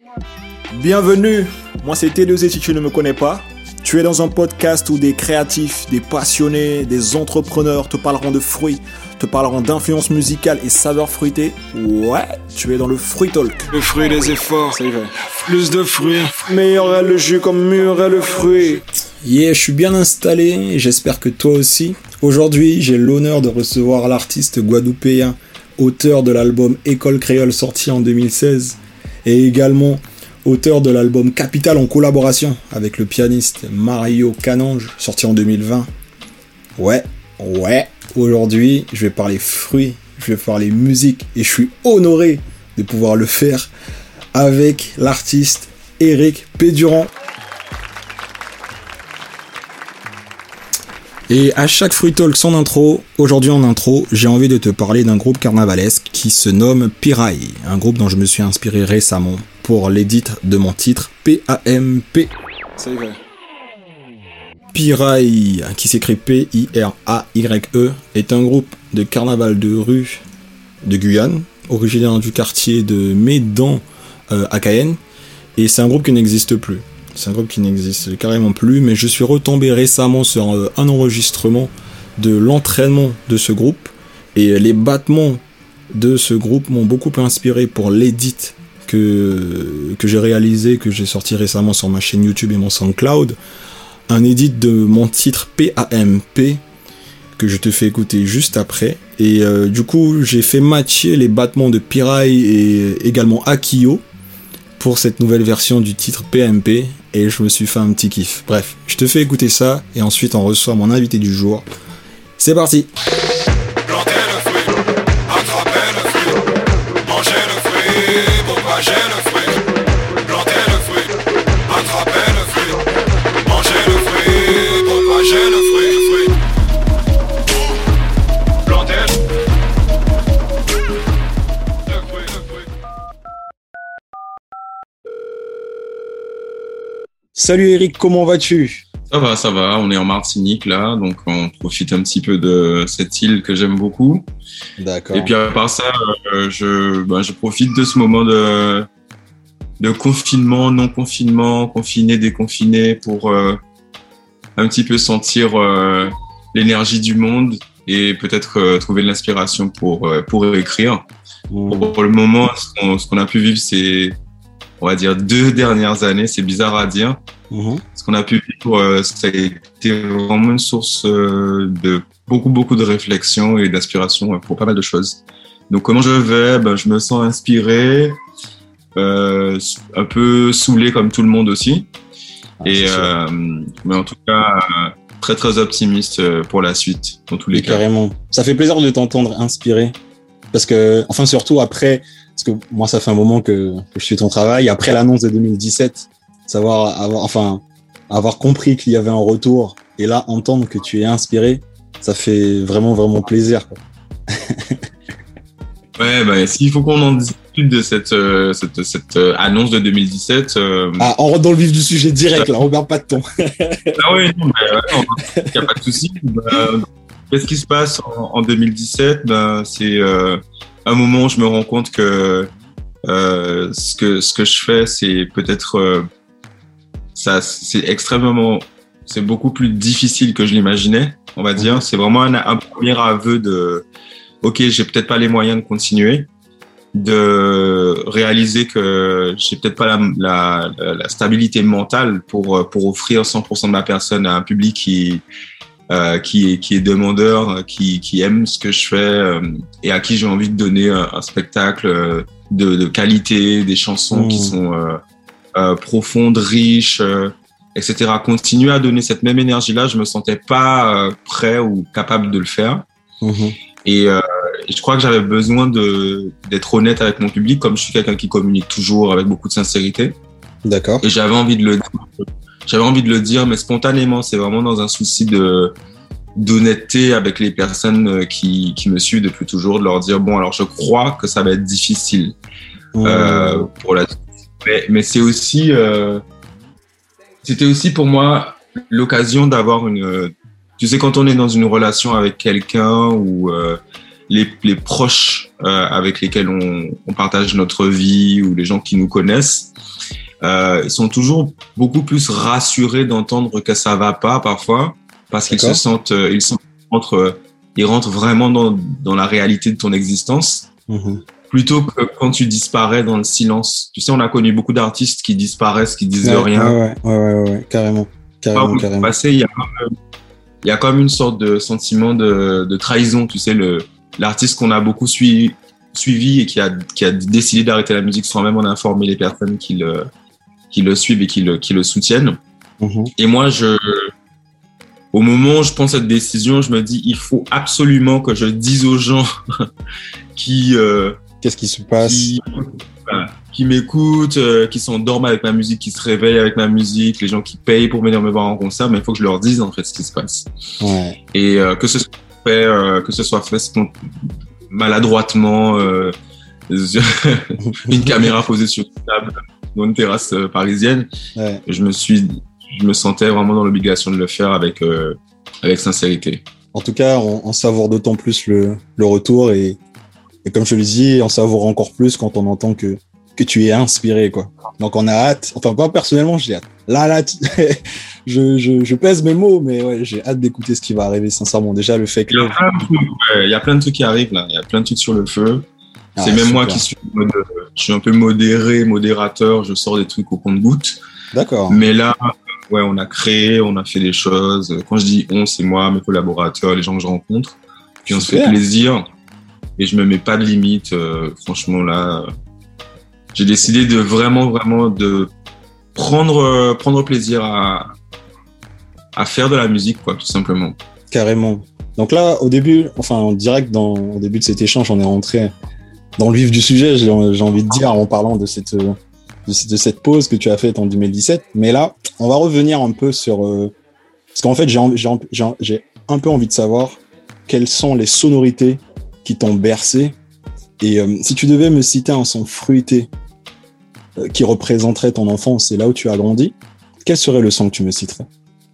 Bienvenue, moi c'est T2Z si tu ne me connais pas. Tu es dans un podcast où des créatifs, des passionnés, des entrepreneurs te parleront de fruits, te parleront d'influence musicale et saveurs fruitées. Ouais, tu es dans le Fruit Talk. Le fruit des efforts, c'est vrai. Plus de fruits. Meilleur est le jus comme mûr est le fruit. Yeah, je suis bien installé et j'espère que toi aussi. Aujourd'hui, j'ai l'honneur de recevoir l'artiste guadeloupéen, auteur de l'album École Créole sorti en 2016 et également auteur de l'album Capital en collaboration avec le pianiste Mario Canonge, sorti en 2020. Ouais, aujourd'hui, je vais parler fruits, je vais parler musique, et je suis honoré de pouvoir le faire avec l'artiste Eric Pédurand. Et à chaque Fruit Talk son intro, aujourd'hui en intro, j'ai envie de te parler d'un groupe carnavalesque qui se nomme Piraille, un groupe dont je me suis inspiré récemment pour l'édit de mon titre P-A-M-P. C'est vrai. Piraille, qui s'écrit P-I-R-A-Y-E, est un groupe de carnaval de rue de Guyane, originaire du quartier de Médan à Cayenne, et c'est un groupe qui n'existe plus. C'est un groupe qui n'existe carrément plus, mais je suis retombé récemment sur un enregistrement de l'entraînement de ce groupe, et les battements de ce groupe m'ont beaucoup inspiré pour l'édit que j'ai réalisé, que j'ai sorti récemment sur ma chaîne YouTube et mon SoundCloud, un edit de mon titre P-A-M-P, que je te fais écouter juste après, et du coup j'ai fait matcher les battements de Piraille et également Akio pour cette nouvelle version du titre P-A-M-P, et je me suis fait un petit kiff. Bref, je te fais écouter ça, et ensuite on reçoit mon invité du jour. C'est parti! Planter le fruit, attraper le fruit, manger le fruit, propager le fruit. Planter le fruit, attraper le fruit, manger le fruit, propager le fruit. Planter le fruit. Salut Eric, comment vas-tu? Ça va, on est en Martinique là, donc on profite un petit peu de cette île que j'aime beaucoup. D'accord. Et puis à part ça, je profite de ce moment de confinement, non confinement, confiné, déconfiné, pour un petit peu sentir l'énergie du monde et peut-être trouver de l'inspiration pour écrire. Pour le moment, ce qu'on a pu vivre, c'est, on va dire, 2 dernières années, c'est bizarre à dire. Ce qu'on a pu vivre, ça a été vraiment une source de beaucoup de réflexion et d'inspiration pour pas mal de choses. Donc comment je vais, je me sens inspiré, un peu saoulé comme tout le monde aussi. Mais en tout cas, très optimiste pour la suite, dans tous les cas. Carrément. Ça fait plaisir de t'entendre inspiré. Parce que, enfin, surtout après, parce que moi, ça fait un moment que je suis ton travail. Après l'annonce de 2017, avoir compris qu'il y avait un retour et là, entendre que tu es inspiré, ça fait vraiment plaisir, quoi. Ouais, s'il faut qu'on en discute de cette annonce de 2017. Ah, on rentre dans le vif du sujet direct, là, on perd pas de temps. Ah oui, non, il n'y a pas de souci. Qu'est-ce qui se passe en 2017? C'est un moment où je me rends compte que ce que je fais, c'est peut-être c'est beaucoup plus difficile que je l'imaginais, on va dire. C'est vraiment un premier aveu de ok, j'ai peut-être pas les moyens de continuer, de réaliser que j'ai peut-être pas la stabilité mentale pour offrir 100% de ma personne à un public qui est demandeur, qui aime ce que je fais et à qui j'ai envie de donner un spectacle de qualité, des chansons qui sont profondes, riches, etc. Continuer à donner cette même énergie-là, je me sentais pas prêt ou capable de le faire. Et je crois que j'avais besoin d'être honnête avec mon public, comme je suis quelqu'un qui communique toujours avec beaucoup de sincérité. D'accord. Et j'avais envie de le dire, mais spontanément, c'est vraiment dans un souci d'honnêteté avec les personnes qui me suivent depuis toujours, de leur dire bon, alors je crois que ça va être difficile pour la suite. Mais c'est aussi c'était aussi pour moi l'occasion d'avoir tu sais, quand on est dans une relation avec quelqu'un où les proches avec lesquels on partage notre vie ou les gens qui nous connaissent, ils sont toujours beaucoup plus rassurés d'entendre que ça va pas parfois, parce qu'ils se sentent, ils rentrent vraiment dans la réalité de ton existence, plutôt que quand tu disparais dans le silence. Tu sais, on a connu beaucoup d'artistes qui disparaissent, qui disent rien. Ouais, carrément. Passé, il y a comme une sorte de sentiment de trahison. Tu sais, l'artiste qu'on a beaucoup suivi et qui a décidé d'arrêter la musique sans même en informer les personnes qui le suivent et qui le soutiennent. Et moi, au moment où je prends cette décision, je me dis, il faut absolument que je dise aux gens qu'est-ce qui se passe, qui m'écoutent, qui s'endorment avec ma musique, qui se réveillent avec ma musique, les gens qui payent pour venir me voir en concert, mais il faut que je leur dise en fait ce qui se passe. Et que ce soit fait maladroitement, une caméra posée sur une table dans une terrasse parisienne. Je me sentais vraiment dans l'obligation de le faire avec sincérité. En tout cas, on savoure d'autant plus le retour et comme je le dis, on savoure encore plus quand on entend que tu es inspiré, quoi. Donc on a hâte, enfin pas personnellement, j'ai hâte. Là, je pèse mes mots, mais ouais, j'ai hâte d'écouter ce qui va arriver, sincèrement. Déjà, le fait que... Il y a plein de trucs qui arrivent, là. Il y a plein de trucs sur le feu. C'est même super. Moi qui suis je suis un peu modérateur, je sors des trucs au compte-gouttes. D'accord. Mais là, ouais, on a créé, on a fait des choses. Quand je dis on, c'est moi, mes collaborateurs, les gens que je rencontre. Puis on se fait plaisir. Et je me mets pas de limite. Franchement, là, j'ai décidé de vraiment de prendre plaisir à faire de la musique, quoi, tout simplement. Carrément. Donc là, au début de cet échange, on est rentré dans le vif du sujet, j'ai envie de dire, en parlant de cette pause que tu as faite en 2017. Mais là, on va revenir un peu sur... parce qu'en fait, j'ai un peu envie de savoir quelles sont les sonorités qui t'ont bercé. Et si tu devais me citer un son fruité qui représenterait ton enfance et là où tu as grandi, quel serait le son que tu me citerais?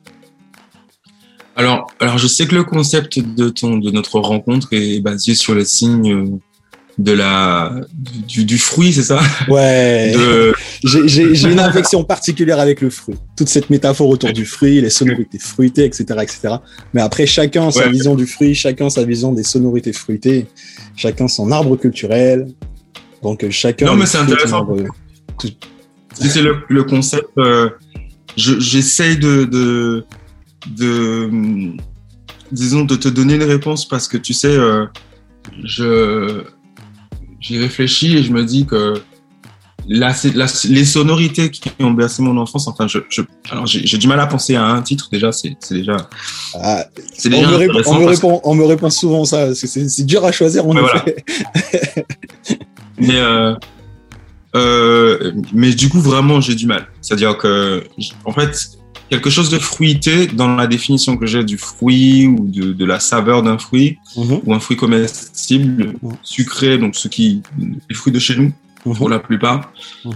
Alors, je sais que le concept de notre rencontre est basé sur le signe du fruit, c'est ça? Ouais. J'ai une affection particulière avec le fruit. Toute cette métaphore autour du fruit, les sonorités fruitées, etc., etc. Mais après, chacun sa vision du fruit, chacun sa vision des sonorités fruitées, chacun son arbre culturel. Donc, chacun... Non, mais c'est intéressant. C'est le concept... j'essaye disons, de te donner une réponse parce que tu sais, j'y réfléchis et je me dis que les sonorités qui ont bercé mon enfance, enfin, alors j'ai du mal à penser à un titre déjà, c'est déjà. On me répond souvent ça, parce que c'est dur à choisir. Mais du coup, vraiment, j'ai du mal. C'est-à-dire que, en fait, quelque chose de fruité, dans la définition que j'ai du fruit ou de la saveur d'un fruit, ou un fruit comestible, sucré, donc les fruits de chez nous, pour la plupart,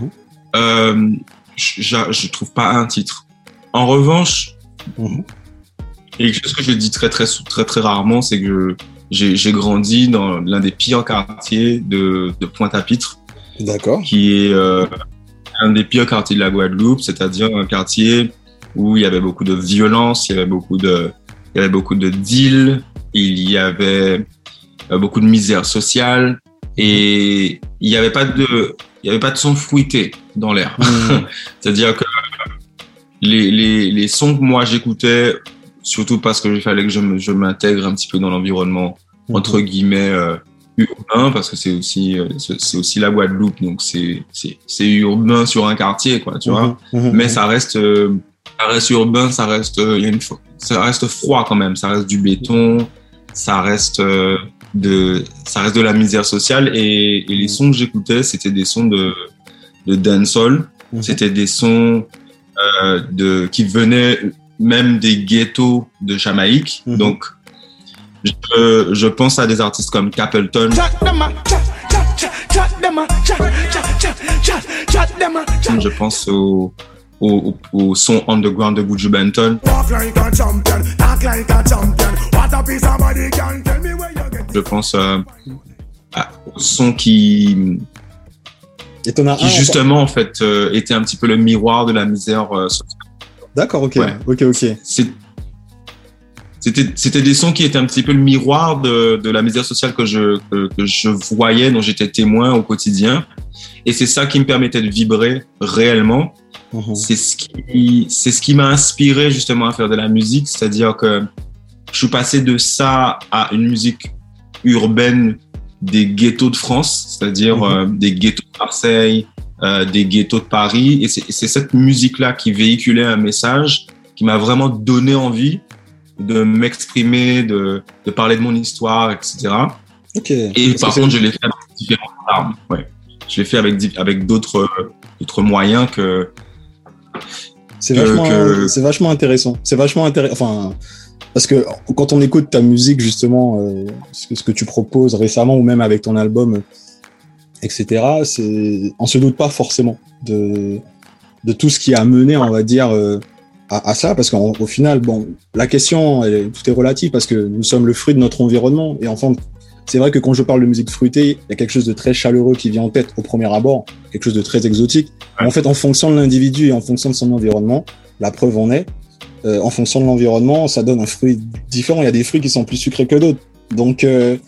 je trouve pas un titre. En revanche, et quelque chose que je dis très rarement, c'est que j'ai grandi dans l'un des pires quartiers de Pointe-à-Pitre. D'accord. Qui est un des pires quartiers de la Guadeloupe, c'est-à-dire un quartier où il y avait beaucoup de violence, il y avait beaucoup de deals, il y avait beaucoup de misère sociale et il y avait pas de son fruité dans l'air. C'est-à-dire que les sons que moi j'écoutais, surtout parce que il fallait que je m'intègre un petit peu dans l'environnement entre guillemets urbain, parce que c'est aussi la Guadeloupe, donc c'est urbain sur un quartier, quoi, tu vois. Mais ça reste urbain, ça reste froid quand même, ça reste du béton, ça reste de la misère sociale et les sons que j'écoutais, c'était des sons de dancehall, c'était des sons qui venaient même des ghettos de Jamaïque, donc je pense à des artistes comme Capleton. Je pense au son underground de Buju Banton. Je pense son qui Et t'en as qui justement en fait était un petit peu le miroir de la misère sociale. D'accord, ok. Ouais. Ok. C'était des sons qui étaient un petit peu le miroir de la misère sociale que je voyais, dont j'étais témoin au quotidien. Et c'est ça qui me permettait de vibrer réellement. C'est ce qui m'a inspiré justement à faire de la musique. C'est-à-dire que je suis passé de ça à une musique urbaine des ghettos de France, c'est-à-dire des ghettos de Marseille, des ghettos de Paris. Et c'est cette musique-là qui véhiculait un message qui m'a vraiment donné envie de m'exprimer, de parler de mon histoire, etc. Ok. Et par contre, je l'ai fait avec différentes armes. Ouais. Je l'ai fait avec d'autres moyens que... C'est vachement intéressant. C'est vachement intéressant. Enfin, parce que quand on écoute ta musique, justement, ce que tu proposes récemment ou même avec ton album, etc., on se doute pas forcément de tout ce qui a mené, on va dire, à ça, parce qu'au final, bon, la question, tout est relatif parce que nous sommes le fruit de notre environnement. Et enfin, c'est vrai que quand je parle de musique fruitée, il y a quelque chose de très chaleureux qui vient en tête au premier abord, quelque chose de très exotique. Ouais. En fait, en fonction de l'individu et en fonction de son environnement, la preuve en est, en fonction de l'environnement, ça donne un fruit différent. Il y a des fruits qui sont plus sucrés que d'autres. Donc,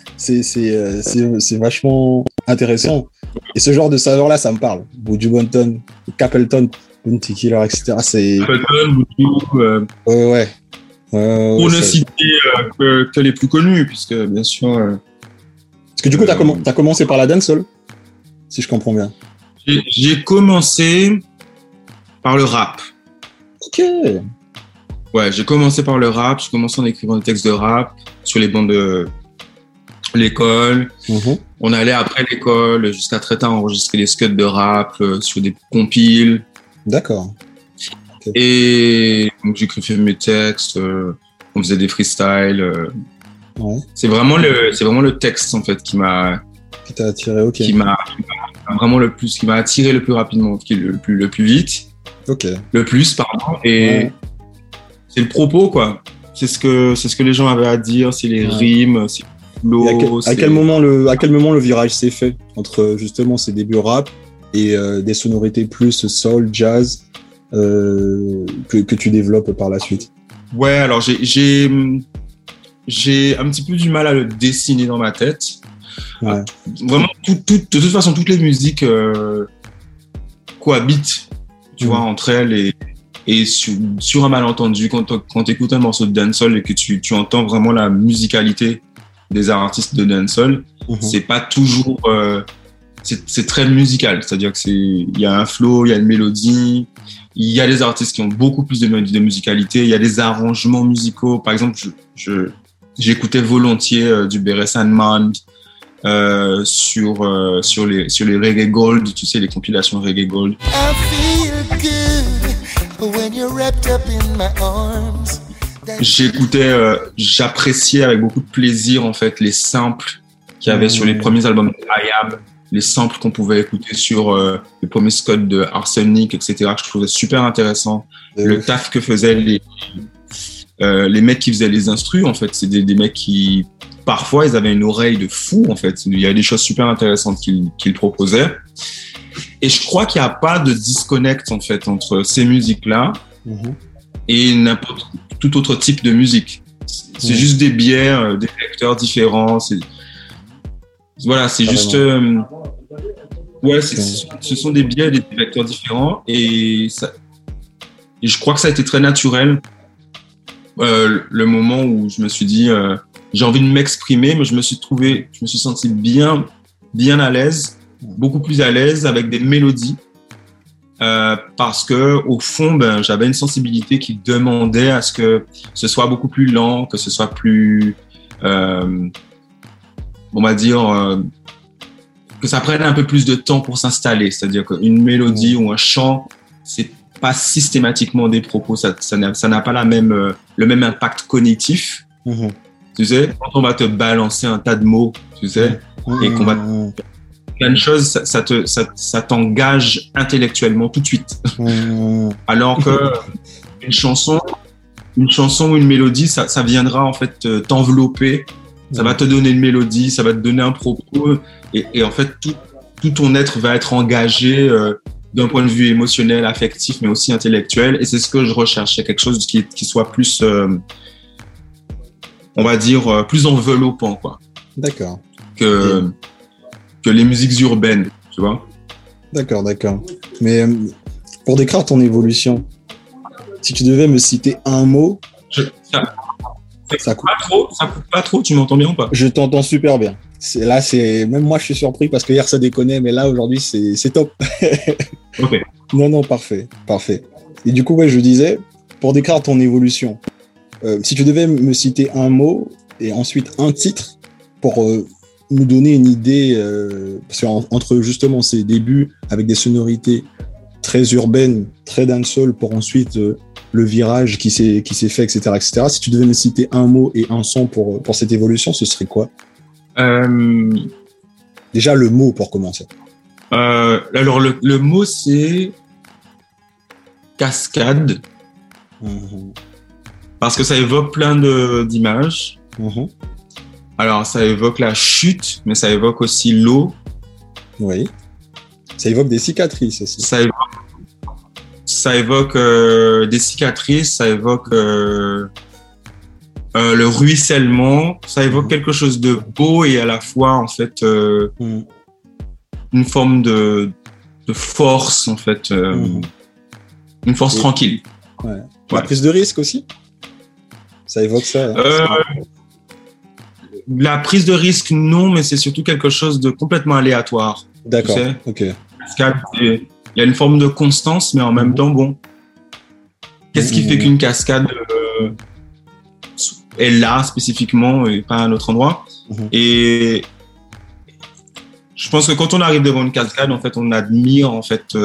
c'est vachement intéressant. Et ce genre de saveur-là, ça me parle. Buju Banton, Capleton, Bounty Killer, etc. C'est... Capleton, Buju... ouais. Pour ne citer que les plus connus, puisque bien sûr... Parce que du coup, t'as commencé par la dancehall, si je comprends bien. J'ai commencé par le rap. Ok. Ouais, j'ai commencé par le rap. J'ai commencé en écrivant des textes de rap sur les bancs de l'école. On allait après l'école jusqu'à très tard enregistrer des scuds de rap sur des compiles. D'accord. Okay. Et donc j'écrivais mes textes. On faisait des freestyles. Ouais. C'est vraiment le texte en fait qui t'a attiré, ok. Qui m'a attiré le plus rapidement, le plus vite. Ok. Le plus, pardon. Et c'est le propos, quoi. C'est ce que les gens avaient à dire, c'est les rimes, c'est le flow. À quel moment le virage s'est fait entre justement ces débuts rap et des sonorités plus soul, jazz que tu développes par la suite? Ouais, alors j'ai un petit peu du mal à le dessiner dans ma tête. Ouais. Vraiment, de toute façon, toutes les musiques cohabitent, tu vois, entre elles et sur un malentendu, quand tu écoutes un morceau de dancehall et que tu entends vraiment la musicalité des artistes de dancehall, c'est pas toujours... c'est très musical, c'est-à-dire qu'il y a un flow, il y a une mélodie, il y a des artistes qui ont beaucoup plus de musicalité, il y a des arrangements musicaux. Par exemple, j'écoutais volontiers du Beres Sandman sur les Reggae Gold, tu sais, les compilations Reggae Gold. J'appréciais avec beaucoup de plaisir en fait les samples qu'il y avait sur les premiers albums de IAM, les samples qu'on pouvait écouter sur les premiers scuds de Arsenic, etc. que je trouvais super intéressant. Le taf que faisaient les mecs qui faisaient les instrus, en fait, c'est des mecs qui parfois ils avaient une oreille de fou, en fait. Il y avait des choses super intéressantes qu'ils proposaient. Et je crois qu'il n'y a pas de disconnect en fait entre ces musiques-là et n'importe tout autre type de musique. C'est juste des biais, des vecteurs différents. Voilà, c'est juste... ce sont des biais, des vecteurs différents. Et je crois que ça a été très naturel. Le moment où je me suis dit, j'ai envie de m'exprimer, mais je me suis senti bien à l'aise, beaucoup plus à l'aise avec des mélodies. Parce que au fond, j'avais une sensibilité qui demandait à ce que ce soit beaucoup plus lent, que ce soit plus, on va dire, que ça prenne un peu plus de temps pour s'installer. C'est-à-dire qu'une mélodie ou un chant, c'est pas systématiquement des propos, ça n'a pas le même impact cognitif. Tu sais, quand on va te balancer un tas de mots, tu sais, et qu'on va plein de choses, ça t'engage intellectuellement tout de suite. Alors que une chanson ou une mélodie, ça viendra en fait t'envelopper Ça va te donner une mélodie, ça va te donner un propos, et en fait, tout ton être va être engagé d'un point de vue émotionnel, affectif, mais aussi intellectuel. Et c'est ce que je recherche. C'est quelque chose qui soit plus, on va dire, plus enveloppant, quoi. D'accord. Que les musiques urbaines, tu vois. D'accord. Mais pour décrire ton évolution, si tu devais me citer un mot, ça coupe pas trop, tu m'entends bien ou pas? Je t'entends super bien. Même moi, je suis surpris parce que hier, ça déconnait, mais là, aujourd'hui, c'est top. Ok. Non, parfait. Et du coup, ouais, je disais, pour décrire ton évolution, si tu devais me citer un mot et ensuite un titre pour nous donner une idée, parce qu'entre justement ces débuts avec des sonorités très urbaines, très dancehall, pour ensuite le virage qui s'est fait, etc., etc. Si tu devais me citer un mot et un son pour cette évolution, ce serait quoi? Déjà, le mot pour commencer. Alors, le mot, c'est cascade. Parce que ça évoque plein d'images. Alors, ça évoque la chute, mais ça évoque aussi l'eau. Oui. Ça évoque des cicatrices aussi. Ça évoque des cicatrices, ça évoque le ruissellement, ça évoque quelque chose de beau et à la fois, en fait, une forme de force, en fait, une force tranquille. Ouais. La prise de risque aussi? Ça évoque ça. La prise de risque, non, mais c'est surtout quelque chose de complètement aléatoire. D'accord, ok. Il y a une forme de constance, mais en même temps, bon, qu'est-ce qui fait qu'une cascade est là spécifiquement et pas à un autre endroit? Et je pense que quand on arrive devant une cascade, en fait, on admire en fait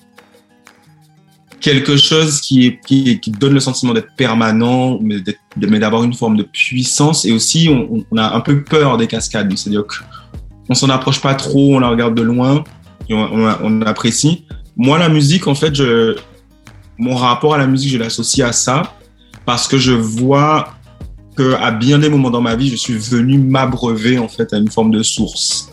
quelque chose qui donne le sentiment d'être permanent, mais d'avoir une forme de puissance. Et aussi, on a un peu peur des cascades, c'est-à-dire qu'on s'en approche pas trop, on la regarde de loin, et on apprécie. Moi, la musique, en fait, mon rapport à la musique, je l'associe à ça, parce que je vois qu'à bien des moments dans ma vie, je suis venu m'abreuver, en fait, à une forme de source,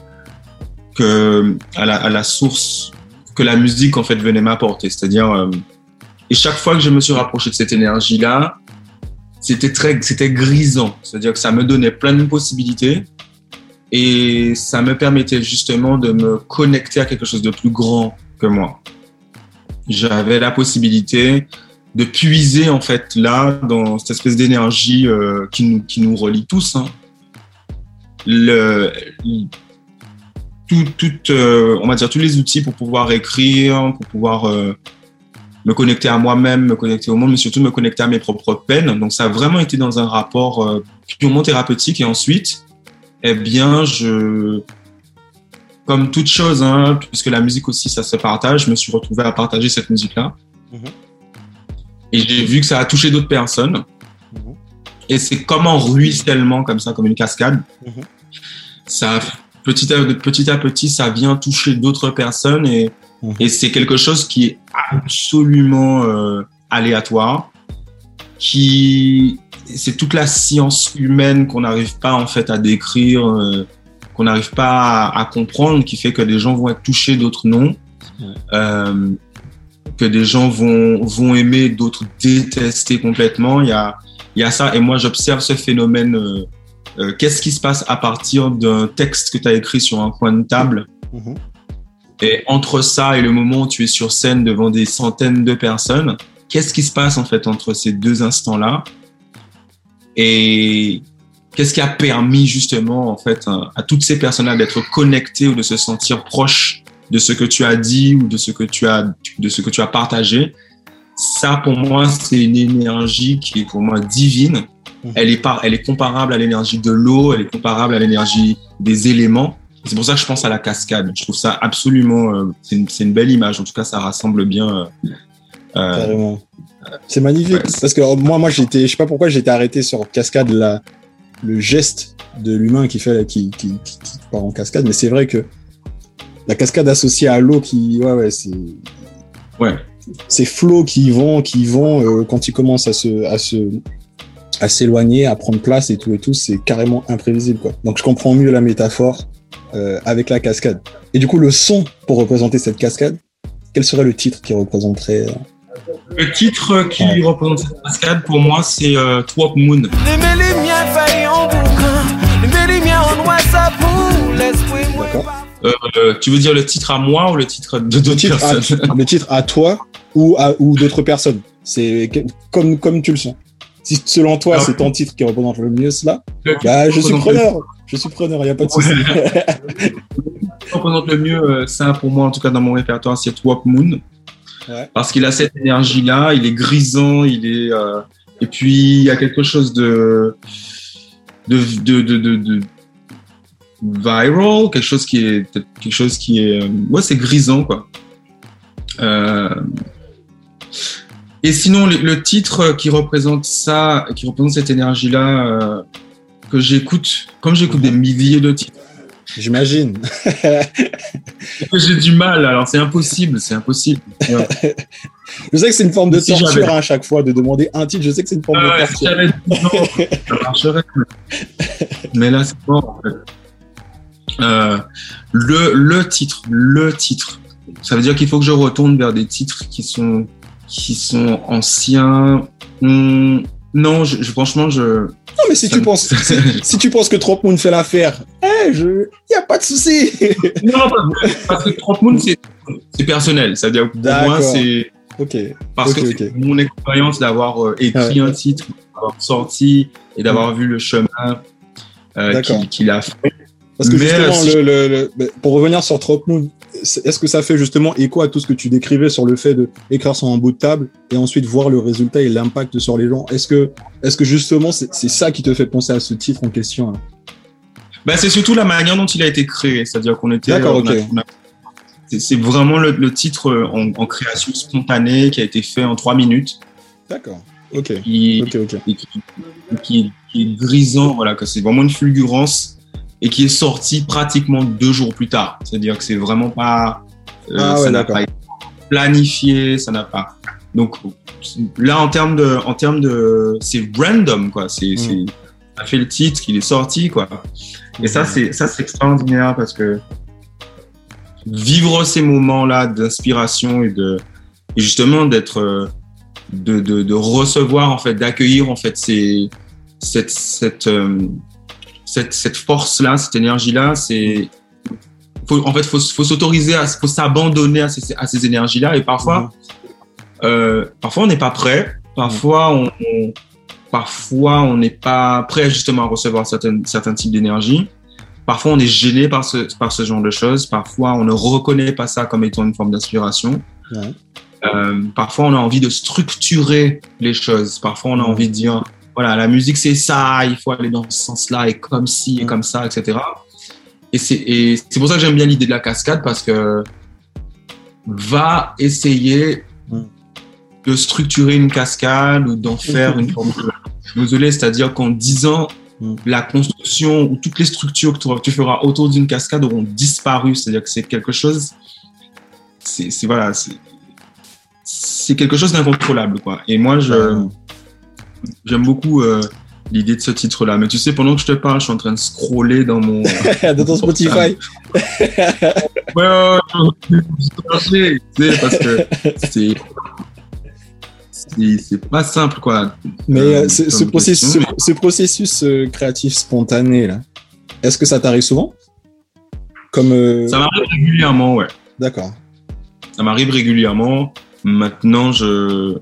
à la source que la musique, en fait, venait m'apporter. C'est-à-dire, et chaque fois que je me suis rapproché de cette énergie-là, c'était grisant. C'est-à-dire que ça me donnait plein de possibilités et ça me permettait justement de me connecter à quelque chose de plus grand que moi. J'avais la possibilité de puiser, en fait, là, dans cette espèce d'énergie qui nous relie tous, hein. On va dire tous les outils pour pouvoir écrire, pour pouvoir me connecter à moi-même, me connecter au monde, mais surtout me connecter à mes propres peines. Donc, ça a vraiment été dans un rapport purement thérapeutique. Et ensuite, eh bien, comme toute chose, hein, puisque la musique aussi, ça se partage, je me suis retrouvé à partager cette musique-là. Et j'ai vu que ça a touché d'autres personnes. Et c'est comme un ruissellement, comme ça, comme une cascade. Ça, petit à petit, ça vient toucher d'autres personnes et c'est quelque chose qui est absolument aléatoire, c'est toute la science humaine qu'on n'arrive pas, en fait, à décrire, qu'on n'arrive pas à comprendre, qui fait que des gens vont être touchés, d'autres non. Que des gens vont aimer, d'autres détester complètement. Il y a ça, et moi j'observe ce phénomène. Qu'est-ce qui se passe à partir d'un texte que tu as écrit sur un coin de table? Et entre ça et le moment où tu es sur scène devant des centaines de personnes, qu'est-ce qui se passe, en fait, entre ces deux instants-là? Et qu'est-ce qui a permis justement, en fait, à toutes ces personnes-là d'être connectées ou de se sentir proches de ce que tu as dit ou de ce que tu as partagé? Ça, pour moi, c'est une énergie qui est pour moi divine. Elle est comparable à l'énergie de l'eau, elle est comparable à l'énergie des éléments. C'est pour ça que je pense à la cascade. Je trouve ça absolument... c'est une belle image. En tout cas, ça rassemble bien... Carrément. C'est magnifique. Ouais. Parce que moi, je sais pas pourquoi j'étais arrêté sur cascade, le geste de l'humain qui part en cascade. Mais c'est vrai que la cascade associée à l'eau c'est... Ouais. Ces flots qui vont quand ils commencent à à s'éloigner, à prendre place et tout, c'est carrément imprévisible, quoi. Donc je comprends mieux la métaphore avec la cascade. Et du coup, le son pour représenter cette cascade, quel serait le titre qui représenterait Le titre qui représente cette cascade, pour moi, c'est Twop Moon. D'accord. Tu veux dire le titre à moi ou le titre de d'autres personnes? Le titre à toi ou d'autres personnes. C'est comme tu le sens. Si selon toi, c'est ton titre qui représente le mieux cela, bah, je suis preneur. Je suis preneur, il n'y a pas de souci. Qui représente le mieux ça, pour moi, en tout cas dans mon répertoire, c'est Twop Moon. Ouais. Parce qu'il a cette énergie-là, il est grisant, il est... et puis, il y a quelque chose de viral, quelque chose qui est... Ouais, c'est grisant, quoi. Et sinon, le titre qui représente ça, qui représente cette énergie-là, que j'écoute, comme j'écoute des milliers de titres. J'imagine. J'ai du mal, alors c'est impossible. Ouais. Je sais que c'est une forme de torture à chaque fois de demander un titre. Je sais que c'est une forme de torture. Si j'avais 10 ans, ça marcherait. Mais là, c'est mort, en fait. Le titre. Ça veut dire qu'il faut que je retourne vers des titres qui sont anciens. Non, franchement, Non, mais si tu penses que Twop Moon fait l'affaire, y a pas de souci. Non, parce que Twop Moon, c'est personnel. Ça veut dire que pour moi, c'est... Ok. Parce que c'est mon expérience d'avoir écrit un titre, d'avoir sorti et d'avoir vu le chemin qu'il a fait. Parce que justement, pour revenir sur Twop Moon, est-ce que ça fait justement écho à tout ce que tu décrivais sur le fait d'écrire sur un bout de table et ensuite voir le résultat et l'impact sur les gens? Est-ce que justement c'est ça qui te fait penser à ce titre en question, là? C'est surtout la manière dont il a été créé, c'est-à-dire qu'on était... D'accord, ok. C'est vraiment le titre en création spontanée qui a été fait en 3 minutes. D'accord, ok. Qui est grisant, voilà, que c'est vraiment une fulgurance et qui est sorti pratiquement 2 jours plus tard. C'est-à-dire que c'est vraiment pas... ça n'a pas été planifié, ça n'a pas... Donc là, en termes de c'est random, quoi. Ça fait le titre, qu'il est sorti, quoi. Et ça, c'est extraordinaire parce que vivre ces moments-là d'inspiration et justement d'être... de recevoir, en fait, d'accueillir, en fait, cette force-là, cette énergie-là, faut s'autoriser, faut s'abandonner à ces énergies-là. Et parfois on n'est pas prêt. Parfois on n'est pas prêt justement à recevoir certains types d'énergie. Parfois on est gêné par ce genre de choses. Parfois on ne reconnaît pas ça comme étant une forme d'inspiration. Ouais. Parfois on a envie de structurer les choses. Parfois on a envie de dire voilà, la musique c'est ça, il faut aller dans ce sens-là et comme ci et comme ça, etc. Et c'est pour ça que j'aime bien l'idée de la cascade, parce que va essayer de structurer une cascade ou d'en faire une forme de mausolée, c'est-à-dire qu'en 10 ans, la construction ou toutes les structures que tu feras autour d'une cascade auront disparu, c'est-à-dire que c'est quelque chose, c'est quelque chose d'incontrôlable, quoi. Et moi, j'aime beaucoup l'idée de ce titre-là. Mais tu sais, pendant que je te parle, je suis en train de scroller dans mon... dans ton Spotify. Ouais, parce que c'est pas simple, quoi. Mais ce processus créatif spontané, là, est-ce que ça t'arrive souvent? Ça m'arrive régulièrement, ouais. D'accord. Ça m'arrive régulièrement. Maintenant, je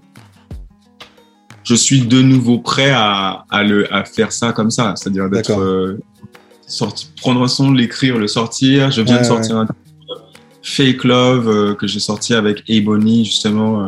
suis de nouveau prêt à faire ça comme ça, c'est-à-dire d'être prendre un son, l'écrire, le sortir. Je viens de sortir un Fake Love que j'ai sorti avec Ebony, justement.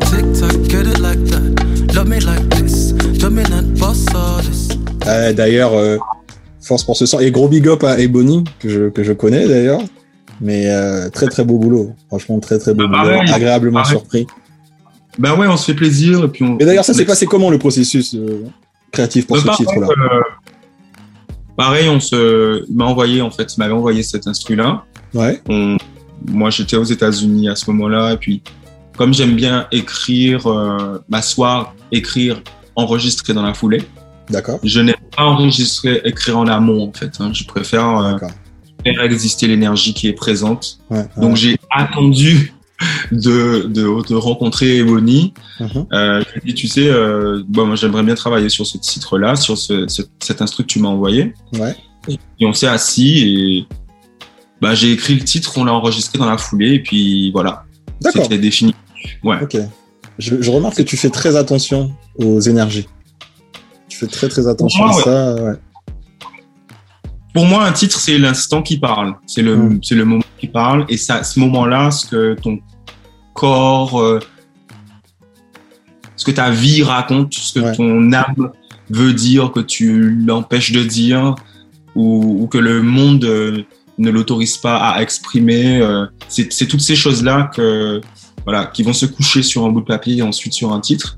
D'ailleurs, force pour ce son. Et gros big up à Ebony, que je connais d'ailleurs. Mais très très beau boulot. Franchement, très très beau boulot. Agréablement surpris. Ben ouais, on se fait plaisir. Et d'ailleurs, ça s'est passé comment le processus créatif pour ce titre-là? Pareil, il m'avait envoyé cet instru-là. Ouais. Moi, j'étais aux États-Unis à ce moment-là, et puis comme j'aime bien écrire, m'asseoir, écrire, enregistrer dans la foulée. D'accord. Je n'aime pas enregistrer, écrire en amont, en fait. Je préfère faire exister l'énergie qui est présente. Ouais, Donc, j'ai attendu de rencontrer Ebony. Je lui ai dit, tu sais, moi, j'aimerais bien travailler sur ce titre-là, sur cet instru que tu m'as envoyé. Ouais. Et on s'est assis et j'ai écrit le titre, on l'a enregistré dans la foulée, et puis voilà. D'accord. C'était défini. Ouais. Ok. Je remarque que tu fais très attention aux énergies. Tu fais très très attention à ça. Ouais. Pour moi, un titre, c'est l'instant qui parle. C'est le moment qui parle. Et ça, ce moment-là, ce que ton corps, ce que ta vie raconte, ce que ton âme veut dire, que tu l'empêches de dire, ou que le monde ne l'autorise pas à exprimer. C'est toutes ces choses-là qui vont se coucher sur un bout de papier et ensuite sur un titre.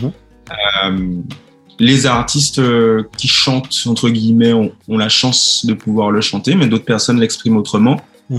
Les artistes qui chantent, entre guillemets, ont la chance de pouvoir le chanter, mais d'autres personnes l'expriment autrement.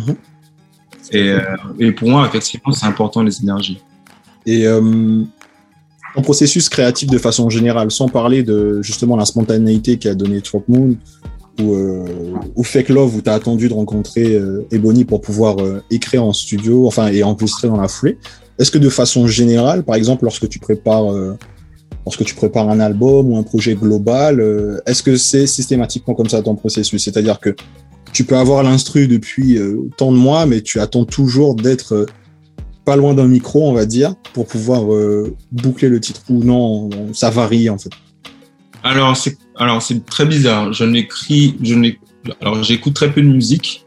Et pour moi, effectivement, c'est important, les énergies. Et ton processus créatif de façon générale, sans parler de justement la spontanéité qu'a donné Trop Moon ou Fake Love, où tu as attendu de rencontrer Ebony pour pouvoir écrire en studio, et enregistrer dans la foulée. Est-ce que de façon générale, par exemple, lorsque tu prépares un album ou un projet global, est-ce que c'est systématiquement comme ça ton processus? C'est-à-dire que tu peux avoir l'instru depuis tant de mois, mais tu attends toujours d'être pas loin d'un micro, on va dire, pour pouvoir boucler le titre. Ou non, ça varie en fait. Alors c'est très bizarre. J'écoute très peu de musique.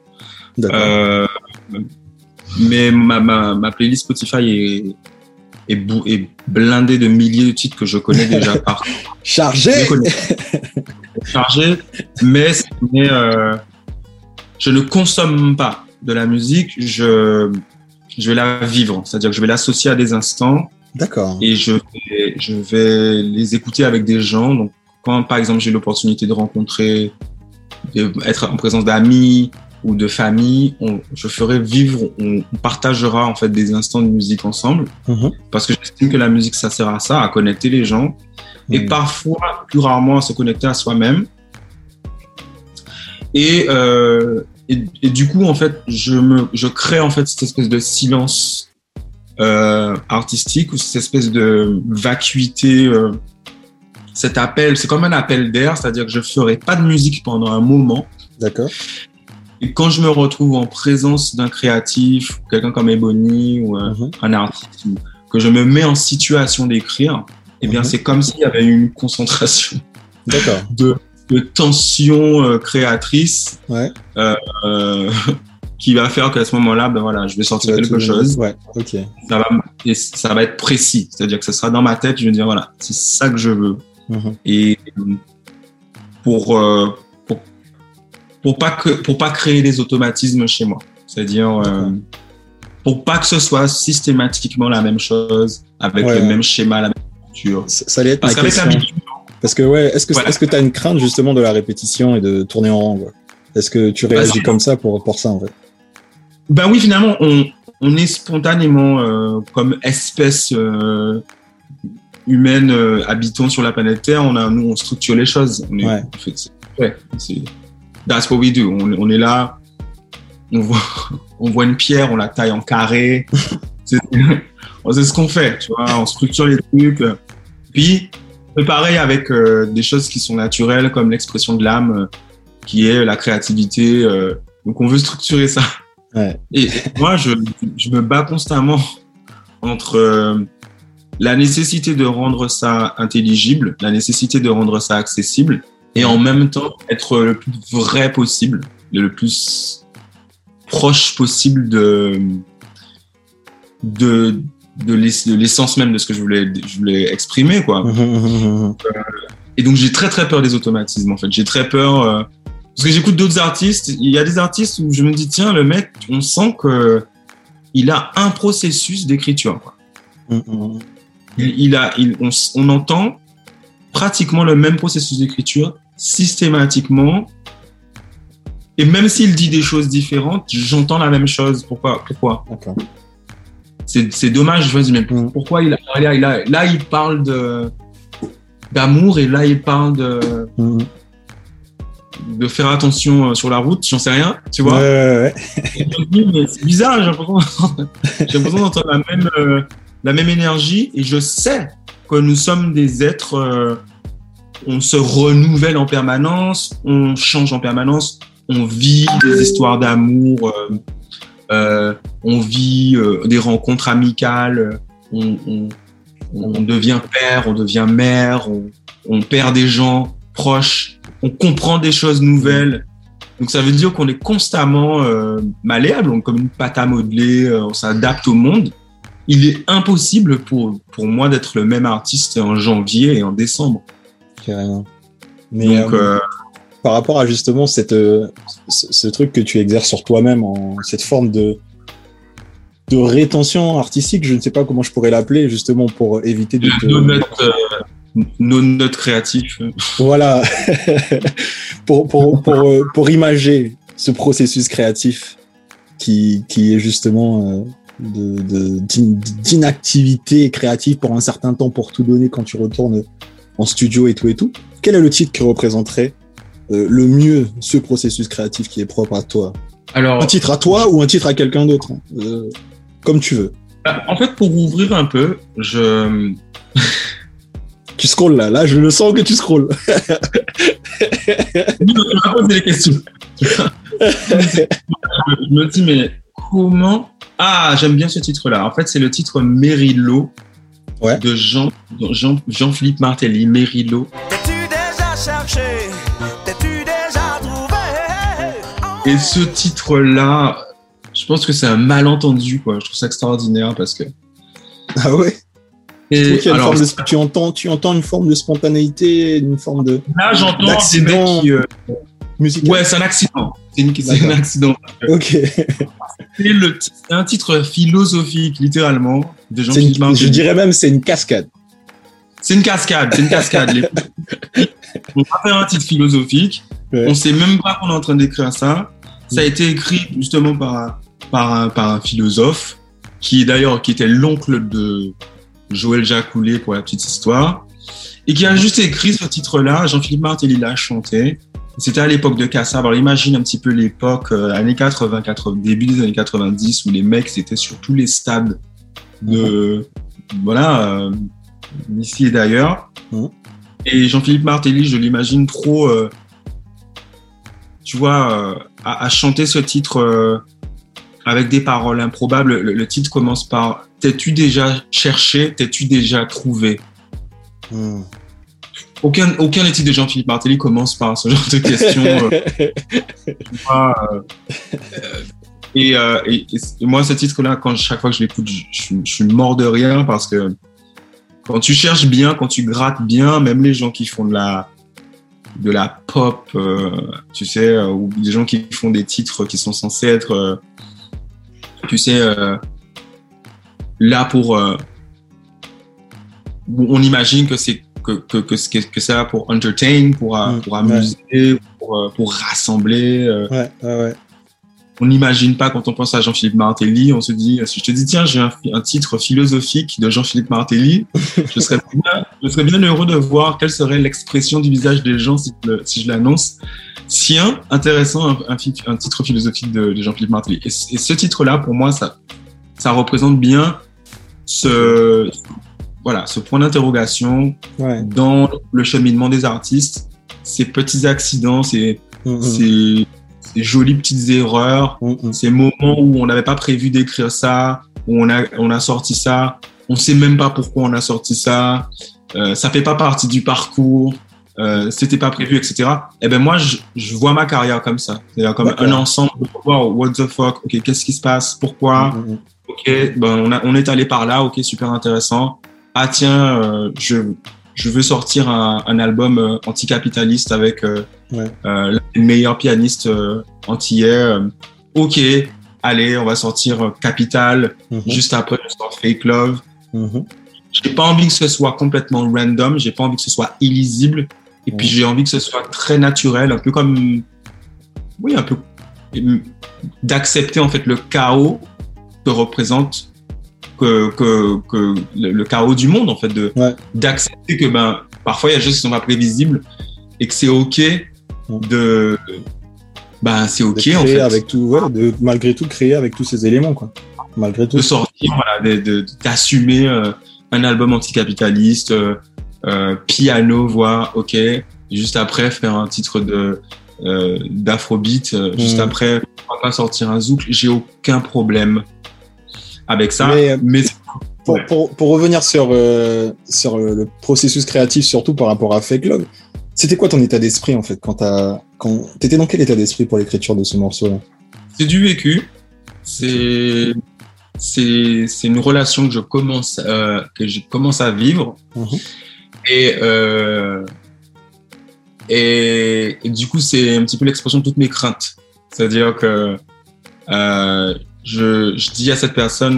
Mais ma playlist Spotify est blindée de milliers de titres que je connais déjà par chargé, mais je ne consomme pas de la musique, je vais la vivre, c'est-à-dire que je vais l'associer à des instants. D'accord. Et je vais les écouter avec des gens. Donc quand par exemple j'ai l'opportunité de rencontrer, être en présence d'amis ou de famille, je ferai vivre, on partagera en fait des instants de musique ensemble, parce que j'estime que la musique, ça sert à ça, à connecter les gens, et parfois, plus rarement, à se connecter à soi-même. Et du coup, en fait, je crée en fait cette espèce de silence artistique, ou cette espèce de vacuité, cet appel, c'est comme un appel d'air, c'est-à-dire que je ferai pas de musique pendant un moment. D'accord. Et quand je me retrouve en présence d'un créatif, quelqu'un comme Ebony ou un artiste, que je me mets en situation d'écrire, eh bien, c'est comme s'il y avait une concentration de tension créatrice qui va faire qu'à ce moment-là, je vais sortir quelque chose. Ouais, ok. Ça va être précis. C'est-à-dire que ça sera dans ma tête, je vais dire, voilà, c'est ça que je veux. Et pour pas créer des automatismes chez moi. C'est-à-dire, pour pas que ce soit systématiquement la même chose, avec le même schéma, la même structure. Ça allait être ma question. Parce que, est-ce que tu as une crainte justement de la répétition et de tourner en rond, quoi? Est-ce que tu réagis comme ça pour ça, en fait? Ben oui, finalement, on est spontanément, comme espèce humaine habitant sur la planète Terre, nous, on structure les choses. That's what we do. On est là, on voit une pierre, on la taille en carré. C'est ce qu'on fait, tu vois. On structure les trucs. Puis, on fait pareil avec des choses qui sont naturelles, comme l'expression de l'âme, qui est la créativité. Donc, on veut structurer ça. Ouais. Et moi, je me bats constamment entre la nécessité de rendre ça intelligible, la nécessité de rendre ça accessible, et en même temps être le plus vrai possible, le plus proche possible de l'essence même de ce que je voulais exprimer, quoi. Et donc j'ai très très peur des automatismes, en fait. J'ai très peur parce que j'écoute d'autres artistes. Il y a des artistes où je me dis, tiens, le mec, on sent que il a un processus d'écriture, quoi. On entend pratiquement le même processus d'écriture systématiquement, et même s'il dit des choses différentes, j'entends la même chose. Pourquoi D'accord. C'est dommage. Je me dis, mais pourquoi il parle d'amour, et là, il parle de faire attention sur la route, j'en sais rien, tu vois. Ouais. Et je me dis, mais c'est bizarre, j'ai l'impression d'entendre la même énergie, et je sais que nous sommes des êtres, on se renouvelle en permanence, on change en permanence, on vit des histoires d'amour, on vit des rencontres amicales, on devient père, on devient mère, on perd des gens proches, on comprend des choses nouvelles. Donc ça veut dire qu'on est constamment malléable, comme une pâte à modeler, on s'adapte au monde. Il est impossible pour moi d'être le même artiste en janvier et en décembre. Carrément. Mais donc, par rapport à justement ce truc que tu exerces sur toi-même, cette forme de rétention artistique, je ne sais pas comment je pourrais l'appeler, justement pour éviter de nos notes créatifs. Voilà. pour imager ce processus créatif qui est justement d'inactivité créative pour un certain temps pour tout donner quand tu retournes en studio et tout. Quel est le titre qui représenterait le mieux ce processus créatif qui est propre à toi? Alors, un titre à toi ou un titre à quelqu'un d'autre, comme tu veux. En fait, pour ouvrir un peu, Tu scrolles là, je le sens que tu scrolles. Tu m'as posé les questions. Je me dis, mais comment... Ah, j'aime bien ce titre-là. En fait, c'est le titre Mérilo de Jean-Philippe Martelly. Mérilo. T'es-tu déjà cherché? T'es-tu déjà trouvé? Et ce titre-là, je pense que c'est un malentendu, quoi. Je trouve ça extraordinaire parce que... Ah ouais? Et tu entends une forme de spontanéité, une forme de... Là, j'entends d'accident des mecs qui... musical. Ouais, c'est un accident. C'est un accident. Ok. C'est un titre philosophique, littéralement, de Jean-Philippe Martelly. Je dirais même c'est une cascade. C'est une cascade. On va faire un titre philosophique. Ouais. On sait même pas qu'on est en train d'écrire ça. Ça a été écrit justement par un philosophe qui était l'oncle de Joël Jacoulet pour la petite histoire et qui a juste écrit ce titre-là. Jean-Philippe Martelly l'a chanté. C'était à l'époque de Kassav. Alors imagine un petit peu l'époque, années 80, début des années 90, où les mecs étaient sur tous les stades d'ici et d'ailleurs. Et Jean-Philippe Martelly, je l'imagine trop, à chanter ce titre avec des paroles improbables. Le titre commence par « T'es-tu déjà cherché? T'es-tu déjà trouvé ?» Aucun des titres de Jean-Philippe Martelly commence par ce genre de questions. Et moi, ce titre-là, chaque fois que je l'écoute, je suis mort de rire parce que quand tu cherches bien, quand tu grattes bien, même les gens qui font de la pop, ou des gens qui font des titres qui sont censés être, là pour... on imagine que c'est que c'est là pour entertain, pour amuser, pour rassembler. Ouais. On n'imagine pas quand on pense à Jean-Philippe Martelly, on se dit, si je te dis tiens, j'ai un titre philosophique de Jean-Philippe Martelly, je serais bien heureux de voir quelle serait l'expression du visage des gens si je l'annonce. Tiens, intéressant, un titre philosophique de Jean-Philippe Martelly. Et ce titre-là, pour moi, ça représente bien ce point d'interrogation dans le cheminement des artistes, ces petits accidents, ces jolies petites erreurs, ces moments où on n'avait pas prévu d'écrire ça, où on a sorti ça, on sait même pas pourquoi on a sorti ça, ça fait pas partie du parcours, c'était pas prévu, etc. Et ben moi, je vois ma carrière comme ça, c'est-à-dire comme un ensemble. Wow, what the fuck, ok, qu'est-ce qui se passe, pourquoi, ok, ben on est allé par là, ok, super intéressant. Ah tiens, je veux sortir un album anticapitaliste avec le meilleur pianiste antillais. Ok, allez, on va sortir Capital. Juste après, je sors Fake Love. J'ai pas envie que ce soit complètement random. J'ai pas envie que ce soit illisible. Et puis j'ai envie que ce soit très naturel, un peu comme, un peu d'accepter en fait le chaos que représente. Que le chaos du monde, en fait, d'accepter que parfois il y a des choses qui sont pas prévisibles et que c'est ok c'est ok de en créer fait. avec tout, de malgré tout créer avec tous ces éléments, quoi. Malgré tout. De sortir, d'assumer un album anticapitaliste, piano, voix, ok. Juste après, faire un titre d'afrobeat. Juste après, pourquoi pas sortir un zouk. J'ai aucun problème avec ça. Mais pour revenir sur le processus créatif, surtout par rapport à Fake Love, c'était quoi ton état d'esprit en fait quand t'étais dans quel état d'esprit pour l'écriture de ce morceau-là? C'est du vécu. C'est une relation que je commence à vivre. Et du coup, c'est un petit peu l'expression de toutes mes craintes. C'est-à-dire que je dis à cette personne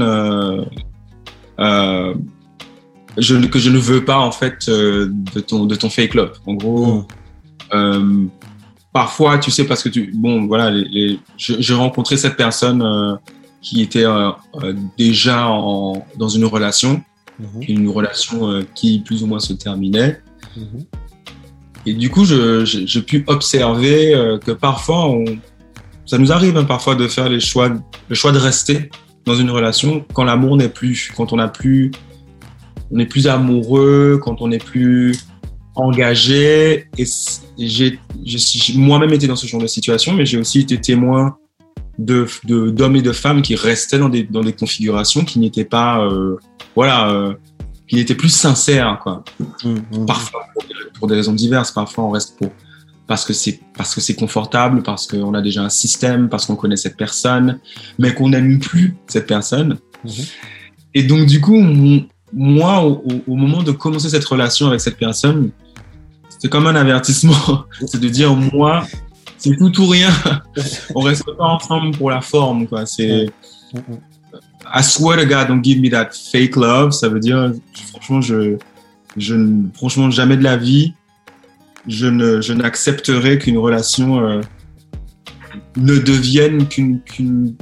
que je ne veux pas en fait de ton fake love. En gros, parfois, tu sais, parce que j'ai rencontré cette personne qui était déjà dans une relation, qui plus ou moins se terminait. Et du coup, j'ai pu observer que parfois, ça nous arrive parfois de faire le choix de rester dans une relation quand l'amour n'est plus, quand on n'est plus amoureux, quand on n'est plus engagé. Et j'ai moi-même été dans ce genre de situation, mais j'ai aussi été témoin d'hommes et de femmes qui restaient dans des configurations qui n'étaient pas, qui n'étaient plus sincères, quoi. Parfois pour des raisons diverses. Parfois on reste parce que c'est confortable, parce qu'on a déjà un système, parce qu'on connaît cette personne, mais qu'on n'aime plus cette personne. Et donc du coup, moi, au moment de commencer cette relation avec cette personne, c'était comme un avertissement. C'est de dire, moi, c'est tout ou rien. On reste pas ensemble pour la forme, quoi. C'est I swear to God, don't give me that fake love. Ça veut dire, franchement, franchement, jamais de la vie, je n'accepterai qu'une relation ne devienne qu'une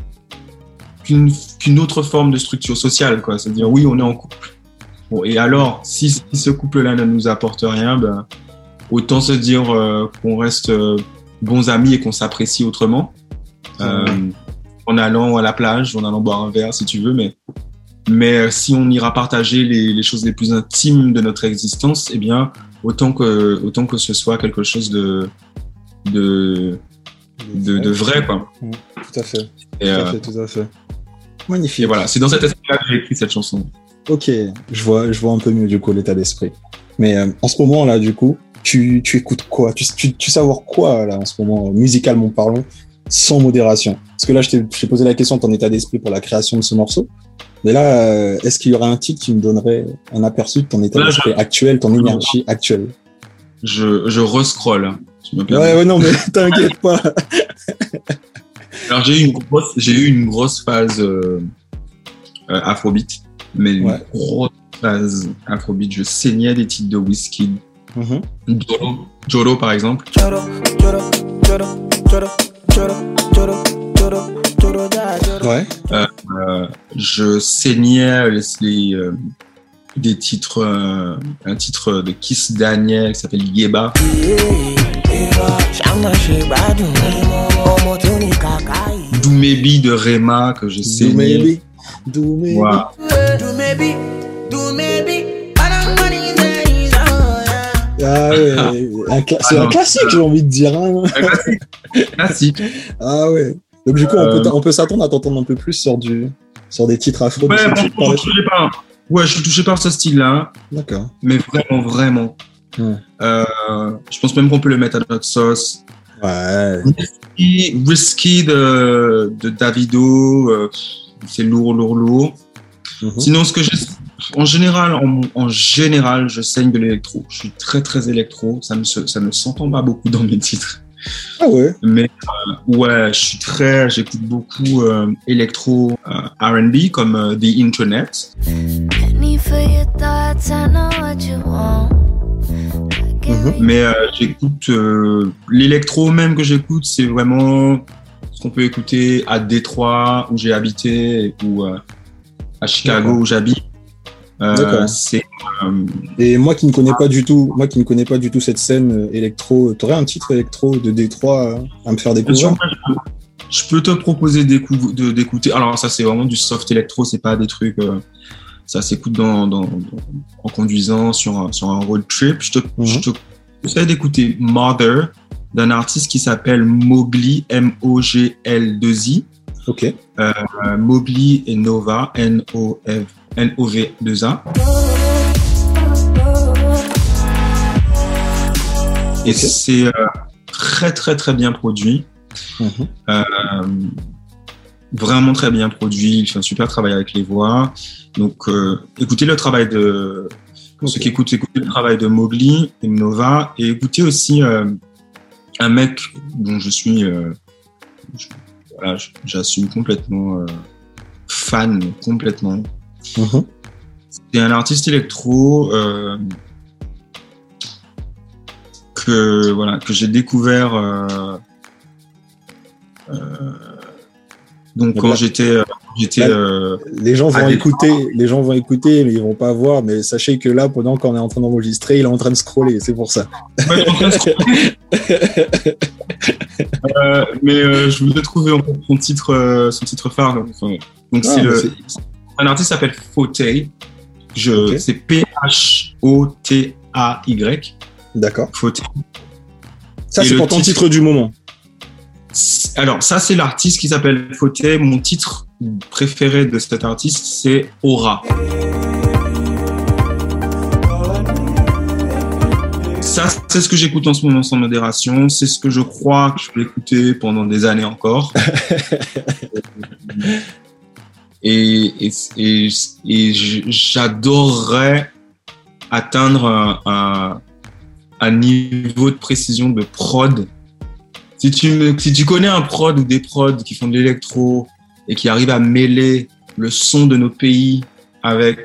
autre forme de structure sociale, quoi. C'est-à-dire, oui, on est en couple. Bon, et alors, si ce couple-là ne nous apporte rien, autant se dire qu'on reste bons amis et qu'on s'apprécie autrement, en allant à la plage, en allant boire un verre, si tu veux, mais si on ira partager les choses les plus intimes de notre existence, eh bien, autant que ce soit quelque chose de vrai, quoi. Tout à fait. Tout à fait. Magnifique. Et voilà, c'est dans cet esprit-là que j'ai écrit cette chanson. Ok, je vois un peu mieux du coup l'état d'esprit. Mais en ce moment là, du coup, tu écoutes quoi? Tu savoures quoi là en ce moment, musicalement parlant, sans modération? Parce que là, je t'ai posé la question de ton état d'esprit pour la création de ce morceau. Mais là, est-ce qu'il y aurait un titre qui me donnerait un aperçu de ton état d'esprit actuel, ton énergie actuelle? Je rescroll. Ouais, non, mais t'inquiète pas. Alors, j'ai eu une grosse phase afrobeat, mais une grosse phase afrobeat. Je saignais des titres de Wizkid. Joro, par exemple. Ouais. Je saignais des titres, un titre de Kiss Daniel qui s'appelle Yeba. Doumébi de Rema que j'ai saigné. Doumébi. Wow. Ah ouais, c'est un classique, j'ai envie de dire. Hein. Un classique. Ah ouais. Donc du coup, on peut s'attendre à t'entendre un peu plus sur des titres afro. Ouais, je touchais pas ce style-là. D'accord. Mais vraiment. Je pense même qu'on peut le mettre à notre sauce. Ouais. Risky de Davido, c'est lourd. Sinon, en général, je saigne de l'électro. Je suis très, très électro. Ça ne s'entend pas beaucoup dans mes titres. Ah ouais. Mais j'écoute beaucoup électro, R&B comme The Internet. Mais j'écoute l'électro même que j'écoute, c'est vraiment ce qu'on peut écouter à Détroit où j'ai habité ou à Chicago où j'habite. D'accord. Et moi qui ne connais pas du tout, cette scène électro, t'aurais un titre électro de Détroit à me faire découvrir? Je peux te proposer d'écouter. Alors ça, c'est vraiment du soft électro, c'est pas des trucs. Ça s'écoute en conduisant sur un road trip. Je te conseille d'écouter Mother d'un artiste qui s'appelle Mowgli, M-O-G-L-2-I. Ok. Mowgli et Nova, N-O-V-2-A. Et c'est très très très bien produit. Vraiment très bien produit. Il fait un super travail avec les voix. Donc écoutez le travail de ceux qui écoutent le travail de Mowgli et Nova, et écoutez aussi un mec dont je suis j'assume complètement fan complètement. C'est un artiste électro que j'ai découvert donc quand j'étais les gens vont écouter, mais ils vont pas voir. Mais sachez que là, pendant qu'on est en train d'enregistrer, il est en train de scroller. C'est pour ça. Ouais, je voulais trouver son titre phare. Donc c'est un artiste qui s'appelle Photay. C'est P-H-O-T-A-Y. D'accord. Photay. Ça, c'est pour ton titre du moment. Alors, ça, c'est l'artiste qui s'appelle Photay. Mon titre préféré de cet artiste, c'est Aura. Ça, c'est ce que j'écoute en ce moment sans modération. C'est ce que je crois que je vais écouter pendant des années encore. et j'adorerais atteindre un niveau de précision de prod. Si tu connais un prod ou des prods qui font de l'électro et qui arrivent à mêler le son de nos pays avec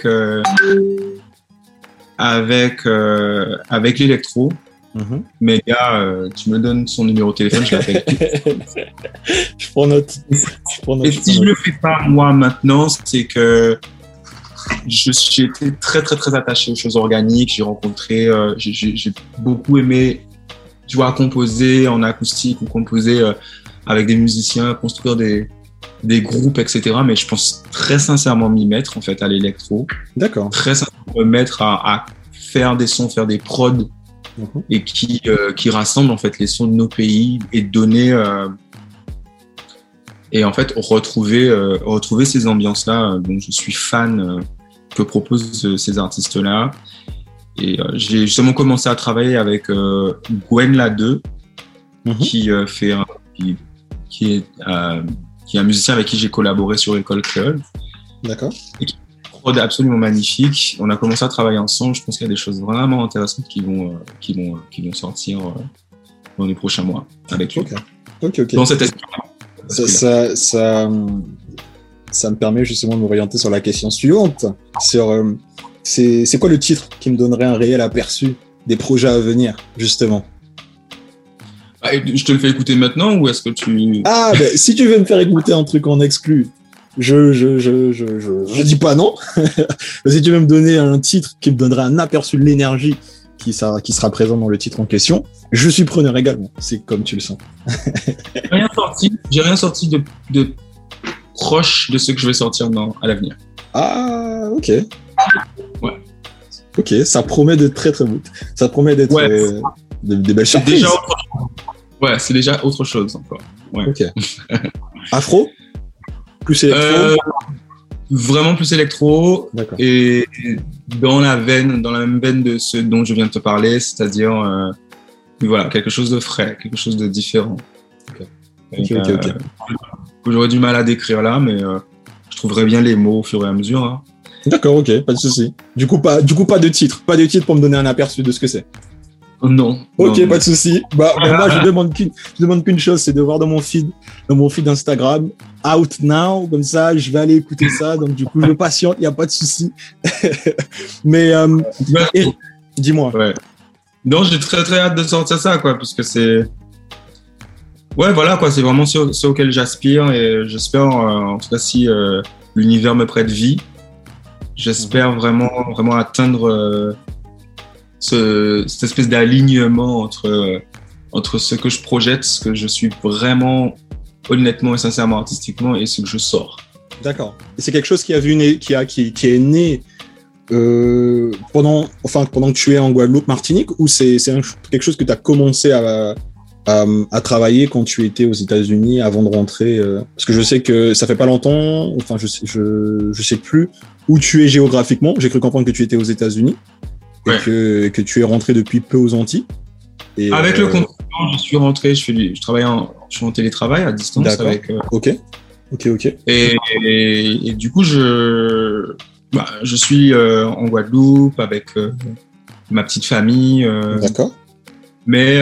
l'électro, mais gars, tu me donnes son numéro de téléphone, je l'appelle. Je prends note. Et si je le fais pas moi maintenant, c'est que j'ai été très très très attaché aux choses organiques. J'ai rencontré, j'ai beaucoup aimé, tu vois, composer en acoustique ou composer avec des musiciens, construire des groupes, etc. Mais je pense très sincèrement m'y mettre en fait à l'électro. D'accord. Très sincèrement me mettre à faire des sons, faire des prods et qui rassemblent en fait les sons de nos pays et donner et en fait retrouver ces ambiances-là dont je suis fan que proposent ces artistes-là. Et j'ai justement commencé à travailler avec Gwen La2, qui est un musicien avec qui j'ai collaboré sur École Créole. D'accord. Et qui est une prod absolument magnifique. On a commencé à travailler ensemble. Je pense qu'il y a des choses vraiment intéressantes qui vont sortir dans les prochains mois avec lui. Ok. Dans cet esprit-là. Ça me permet justement de m'orienter sur la question suivante. C'est quoi le titre qui me donnerait un réel aperçu des projets à venir, justement? Je te le fais écouter maintenant ou est-ce que tu... Si tu veux me faire écouter un truc en exclu, je dis pas non. Si tu veux me donner un titre qui me donnerait un aperçu de l'énergie qui sera présent dans le titre en question, je suis preneur également. C'est comme tu le sens. J'ai rien sorti de proche de ce que je vais sortir à l'avenir. Ah, ok. Ouais. Ok, ça promet d'être très très beau. Ça promet d'être des belles surprises. C'est déjà autre chose encore. Ouais. Ok. Afro? Plus électro? Vraiment plus électro. D'accord. Et dans la même veine de ce dont je viens de te parler, c'est-à-dire quelque chose de frais, quelque chose de différent. Ok. J'aurais du mal à décrire là, mais je trouverai bien les mots au fur et à mesure. Hein. D'accord, ok, pas de souci. Du coup, pas de titre pour me donner un aperçu de ce que c'est. Non. Ok, pas de souci. Moi, je demande qu'une chose, c'est de voir dans mon feed Instagram, Out Now, comme ça, je vais aller écouter ça. Donc, du coup, je patiente, il n'y a pas de souci. Mais, dis-moi. Ouais. Non, j'ai très, très hâte de sortir ça, quoi, parce que c'est... Ouais, voilà, quoi, c'est vraiment ce auquel j'aspire et j'espère, en tout cas, si l'univers me prête vie, J'espère vraiment atteindre cette espèce d'alignement entre ce que je projette, ce que je suis vraiment, honnêtement et sincèrement artistiquement, et ce que je sors. D'accord. Et c'est quelque chose qui est né pendant que tu es en Guadeloupe, Martinique, ou c'est quelque chose que tu as commencé à travailler quand tu étais aux États-Unis avant de rentrer parce que je sais que ça fait pas longtemps, enfin je sais plus où tu es géographiquement. J'ai cru comprendre que tu étais aux États-Unis et que tu es rentré depuis peu aux Antilles. Et avec le confinement, je suis rentré, je suis en télétravail à distance. D'accord. Avec. Ok. Et du coup, je suis en Guadeloupe avec ma petite famille. D'accord. Mais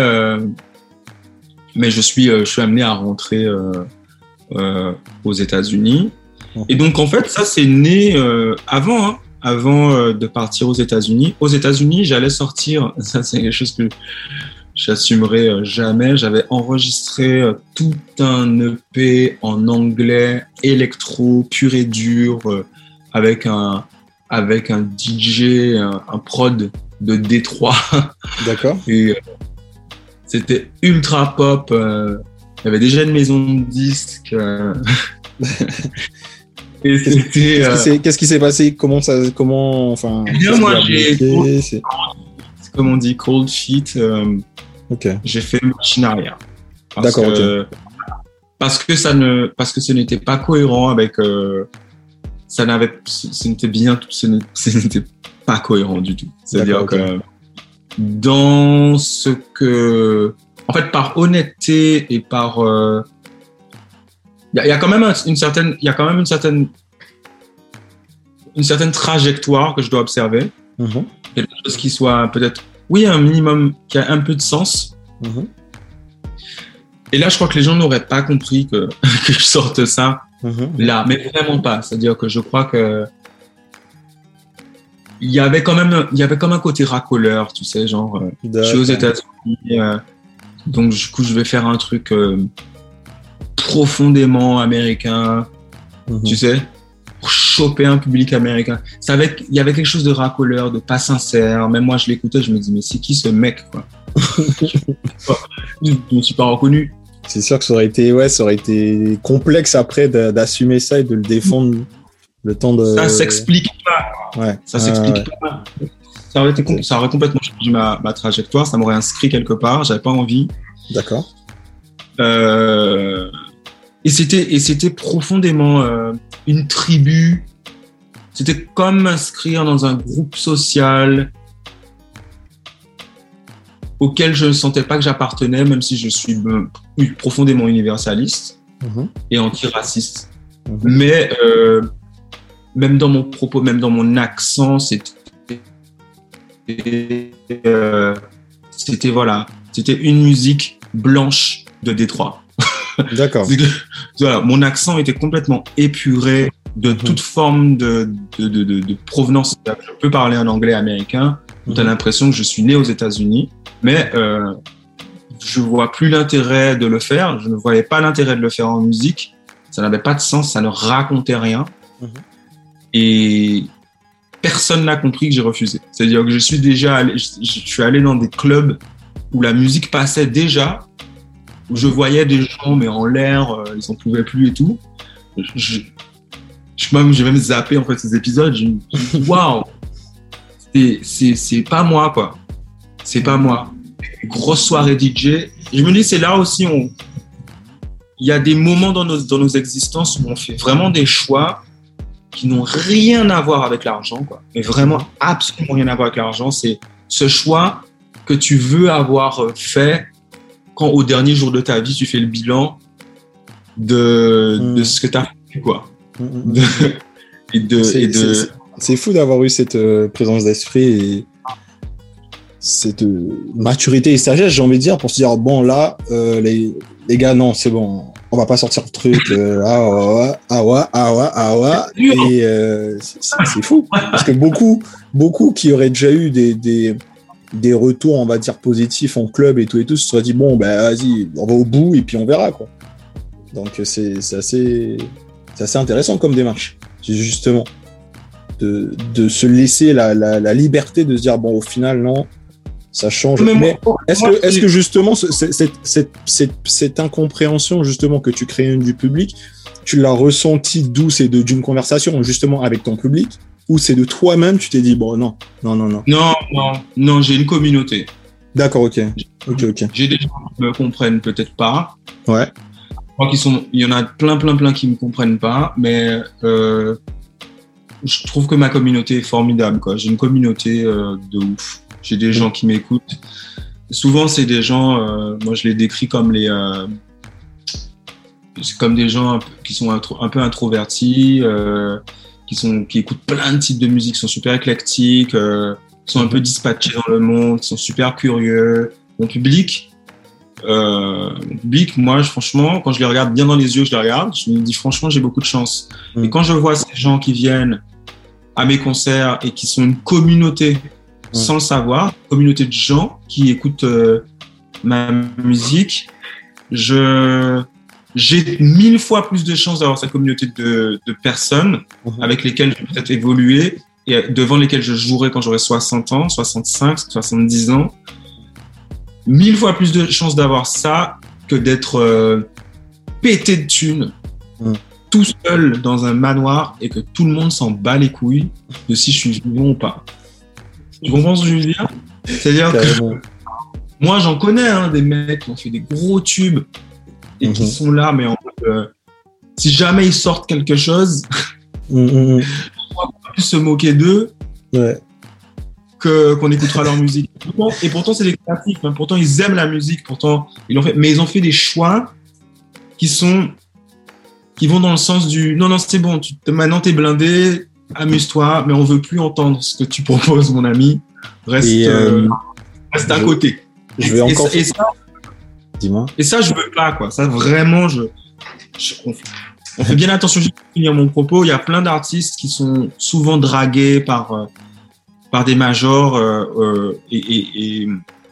je suis amené à rentrer aux États-Unis. Et donc, en fait, ça, c'est né avant de partir aux États-Unis. Aux États-Unis, j'allais sortir, ça, c'est quelque chose que j'assumerai jamais. J'avais enregistré tout un EP en anglais, électro, pur et dur, avec un DJ, un prod de Détroit. D'accord. Et c'était ultra pop. Il y avait déjà une maison de disques. Et c'était. Qu'est-ce qui s'est passé? Bien, moi, comme on dit, cold feet. Ok. J'ai fait machine arrière. D'accord. Ok. Parce que ce n'était pas cohérent avec. Ce n'était pas cohérent du tout. C'est-à-dire que dans ce que, en fait, par honnêteté et par, il y a quand même une certaine trajectoire que je dois observer. Mm-hmm. Quelque chose qui soit peut-être, oui, un minimum, qui a un peu de sens. Mm-hmm. Et là, je crois que les gens n'auraient pas compris que je sorte ça là, mais vraiment pas. C'est-à-dire que je crois que il y avait comme un côté racoleur, tu sais, genre, je suis aux États-Unis, donc du coup, je vais faire un truc profondément américain, tu sais, pour choper un public américain. Il y avait quelque chose de racoleur, de pas sincère. Même moi, je l'écoutais, je me dis, mais c'est qui ce mec, quoi? Je me suis pas reconnu. C'est sûr que ça aurait été complexe après d'assumer ça et de le défendre le temps de. Ça s'explique pas. Ouais. Ça s'explique pas. Ça aurait complètement changé ma trajectoire. Ça m'aurait inscrit quelque part. J'avais pas envie. D'accord. Et c'était profondément une tribu. C'était comme m'inscrire dans un groupe social auquel je ne sentais pas que j'appartenais, même si je suis profondément universaliste et antiraciste. Mais même dans mon propos, même dans mon accent, c'était une musique blanche de Détroit. D'accord. Voilà, mon accent était complètement épuré de toute forme de provenance. Je peux parler un anglais américain. Tu as l'impression que je suis né aux États-Unis, mais je vois plus l'intérêt de le faire. Je ne voyais pas l'intérêt de le faire en musique. Ça n'avait pas de sens, ça ne racontait rien. Et personne n'a compris que j'ai refusé. C'est-à-dire que je suis allé dans des clubs où la musique passait déjà, où je voyais des gens, mais en l'air, ils en pouvaient plus et tout. J'ai même zappé en fait ces épisodes. Je me dis, waouh, c'est pas moi, quoi. C'est pas moi. Grosse soirée DJ. Je me dis, c'est là aussi, il y a des moments dans nos existences où on fait vraiment des choix qui n'ont rien à voir avec l'argent, quoi. Mais vraiment absolument rien à voir avec l'argent. C'est ce choix que tu veux avoir fait quand au dernier jour de ta vie, tu fais le bilan de ce que tu as fait, quoi. C'est fou d'avoir eu cette présence d'esprit et cette maturité et sagesse, j'ai envie de dire, pour se dire, bon, là, les gars, non, c'est bon, on va pas sortir le truc, et c'est fou. Parce que beaucoup qui auraient déjà eu des retours, on va dire, positifs en club et tout, se seraient dit, bon, ben, vas-y, on va au bout et puis on verra, quoi. Donc, c'est assez intéressant comme démarche, justement. de se laisser la liberté de se dire, bon, au final, non, ça change. Mais est-ce que justement, cette incompréhension, justement, que tu crées du public, tu l'as ressenti d'où? C'est d'une conversation, justement, avec ton public? Ou c'est de toi-même, tu t'es dit, bon, non. Non, j'ai une communauté. D'accord, ok. J'ai des gens qui me comprennent peut-être pas. Ouais. Il y en a plein qui me comprennent pas, mais je trouve que ma communauté est formidable, quoi. J'ai une communauté de ouf. J'ai des gens qui m'écoutent. Souvent, c'est des gens, moi je les décris comme c'est comme des gens qui sont un peu introvertis, qui écoutent plein de types de musique, qui sont super éclectiques, qui sont un peu dispatchés dans le monde, qui sont super curieux. Mon public, moi, franchement, quand je les regarde bien dans les yeux, je me dis franchement, j'ai beaucoup de chance. Et quand je vois ces gens qui viennent à mes concerts et qui sont une communauté sans le savoir, une communauté de gens qui écoutent ma musique, j'ai 1000 fois plus de chances d'avoir cette communauté de personnes avec lesquelles je vais peut-être évoluer et devant lesquelles je jouerai quand j'aurai 60 ans, 65, 70 ans. 1000 fois plus de chances d'avoir ça que d'être pété de thunes, tout seul dans un manoir et que tout le monde s'en bat les couilles de si je suis vivant ou pas. Tu comprends ce que je veux dire? C'est-à-dire que moi, j'en connais des mecs qui ont fait des gros tubes et qui sont là, mais en fait, si jamais ils sortent quelque chose, on va plus se moquer d'eux qu'on écoutera leur musique. Et pourtant, c'est des créatifs. Hein. Pourtant, ils aiment la musique. Pourtant, mais ils ont fait des choix qui vont dans le sens du non, c'est bon. Maintenant, t'es blindé. Amuse-toi, mais on veut plus entendre ce que tu proposes, mon ami. Reste à côté. Je vais encore. Dis-moi. Et ça, je veux pas, quoi. Ça, vraiment, on fait bien attention. Je vais finir mon propos. Il y a plein d'artistes qui sont souvent dragués par des majors et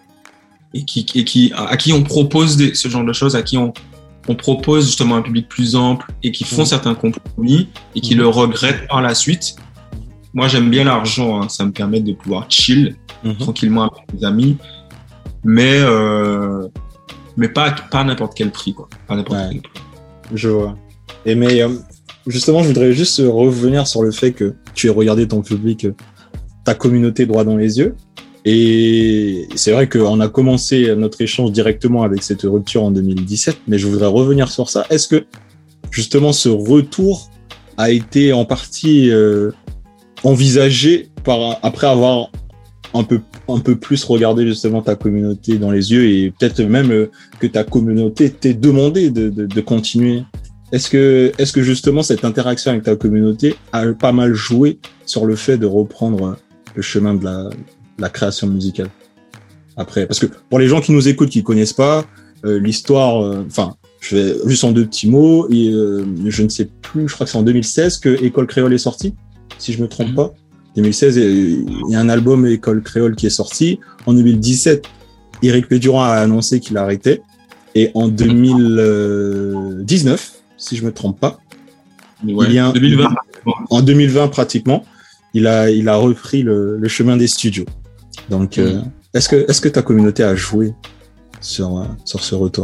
à qui on propose ce genre de choses, à qui on propose justement un public plus ample et qui font certains compromis et qui le regrettent par la suite. Moi, j'aime bien l'argent, ça me permet de pouvoir chill tranquillement avec mes amis, mais pas à n'importe quel prix, quoi. Pas n'importe quel prix. Je vois. Mais justement, je voudrais juste revenir sur le fait que tu aies regardé ton public, ta communauté droit dans les yeux. Et c'est vrai qu'on a commencé notre échange directement avec cette rupture en 2017, mais je voudrais revenir sur ça. Est-ce que justement ce retour a été en partie envisagé après avoir un peu plus regardé justement ta communauté dans les yeux et peut-être même que ta communauté t'ait demandé de continuer? Est-ce que justement cette interaction avec ta communauté a pas mal joué sur le fait de reprendre le chemin de la création musicale après? Parce que pour les gens qui nous écoutent, qui connaissent pas l'histoire, je vais juste en deux petits mots, et je ne sais plus, je crois que c'est en 2016 que École Créole est sortie, si je me trompe pas. 2016, il y a un album École Créole qui est sorti. En 2017, Éric Pédurand a annoncé qu'il arrêtait, et en 2019, si je me trompe pas, 2020. En 2020 pratiquement, il a repris le chemin des studios. Donc, est-ce que ta communauté a joué sur ce retour?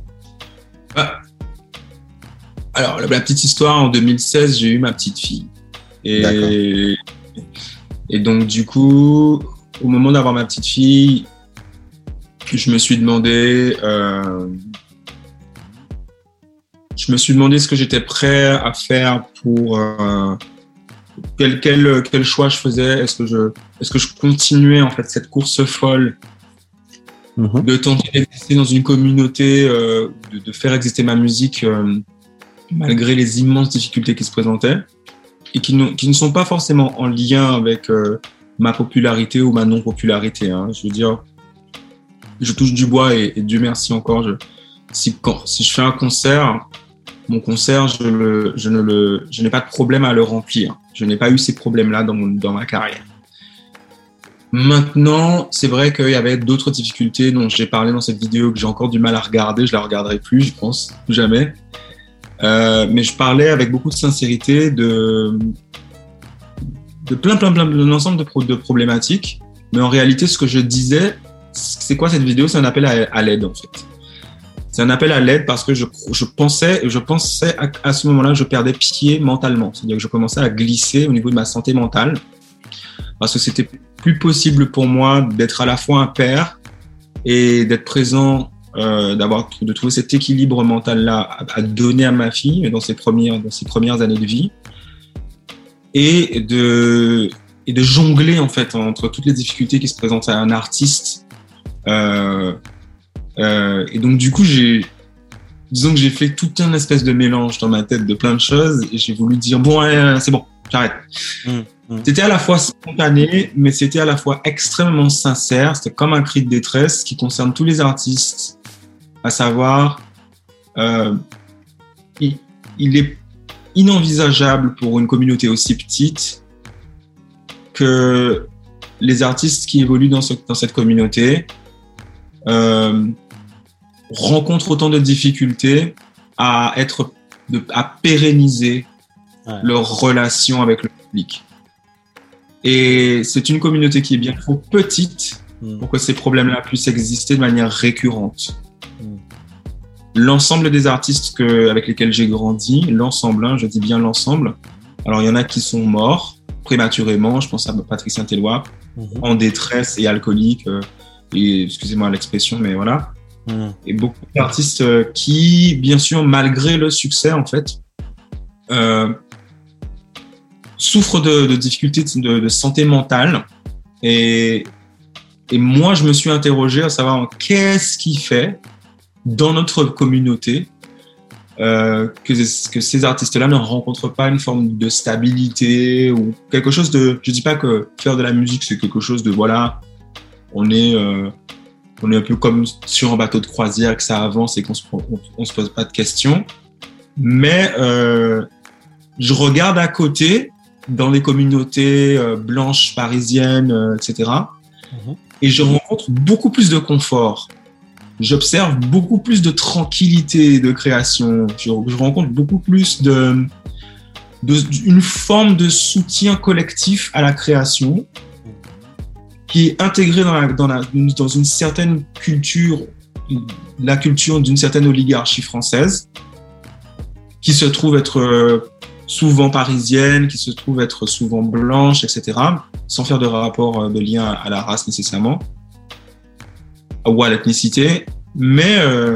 Alors, la petite histoire, en 2016, j'ai eu ma petite fille. Et donc, du coup, au moment d'avoir ma petite fille, je me suis demandé ce que j'étais prêt à faire pour quel choix je faisais. Est-ce que je continuais en fait cette course folle de tenter d'exister dans une communauté, de faire exister ma musique malgré les immenses difficultés qui se présentaient et qui ne sont pas forcément en lien avec ma popularité ou ma non-popularité. Hein. Je veux dire, je touche du bois et Dieu merci encore. Si je fais un concert, mon concert, je n'ai pas de problème à le remplir. Je n'ai pas eu ces problèmes-là dans ma carrière. Maintenant, c'est vrai qu'il y avait d'autres difficultés dont j'ai parlé dans cette vidéo que j'ai encore du mal à regarder. Je la regarderai plus, je pense, jamais. Mais je parlais avec beaucoup de sincérité d'un ensemble de problématiques. Mais en réalité, ce que je disais, c'est quoi cette vidéo? C'est un appel à l'aide, en fait. C'est un appel à l'aide parce que je pensais à ce moment-là, je perdais pied mentalement. C'est-à-dire que je commençais à glisser au niveau de ma santé mentale parce que c'était plus possible pour moi d'être à la fois un père et d'être présent, de trouver cet équilibre mental-là à donner à ma fille dans ses premières années de vie et de jongler, en fait, entre toutes les difficultés qui se présentent à un artiste. Et donc, du coup, disons que j'ai fait tout un espèce de mélange dans ma tête de plein de choses et j'ai voulu dire, bon, c'est bon, j'arrête. C'était à la fois spontané, mais c'était à la fois extrêmement sincère. C'était comme un cri de détresse qui concerne tous les artistes, à savoir, il est inenvisageable pour une communauté aussi petite que les artistes qui évoluent dans cette communauté rencontrent autant de difficultés à pérenniser leur relation avec le public. Et c'est une communauté qui est bien trop petite pour que ces problèmes-là puissent exister de manière récurrente. L'ensemble des artistes avec lesquels j'ai grandi, l'ensemble, je dis bien l'ensemble, alors il y en a qui sont morts prématurément, je pense à Patrice Tellois, en détresse et alcoolique, et excusez-moi l'expression, mais voilà. Et beaucoup d'artistes qui, bien sûr, malgré le succès, en fait, souffrent de difficultés de santé mentale. Et moi, je me suis interrogé à savoir qu'est-ce qui fait dans notre communauté que ces artistes-là ne rencontrent pas une forme de stabilité ou quelque chose de... Je dis pas que faire de la musique, c'est quelque chose de, voilà, on est un peu comme sur un bateau de croisière, que ça avance et qu'on se pose pas de questions. Mais je regarde à côté, dans les communautés blanches, parisiennes, etc. Et je rencontre beaucoup plus de confort. J'observe beaucoup plus de tranquillité de création. Je rencontre beaucoup plus une forme de soutien collectif à la création qui est intégrée dans une certaine culture, la culture d'une certaine oligarchie française, qui se trouve être souvent parisienne, qui se trouve être souvent blanche, etc., sans faire de rapport de lien à la race nécessairement, ou à l'ethnicité. Mais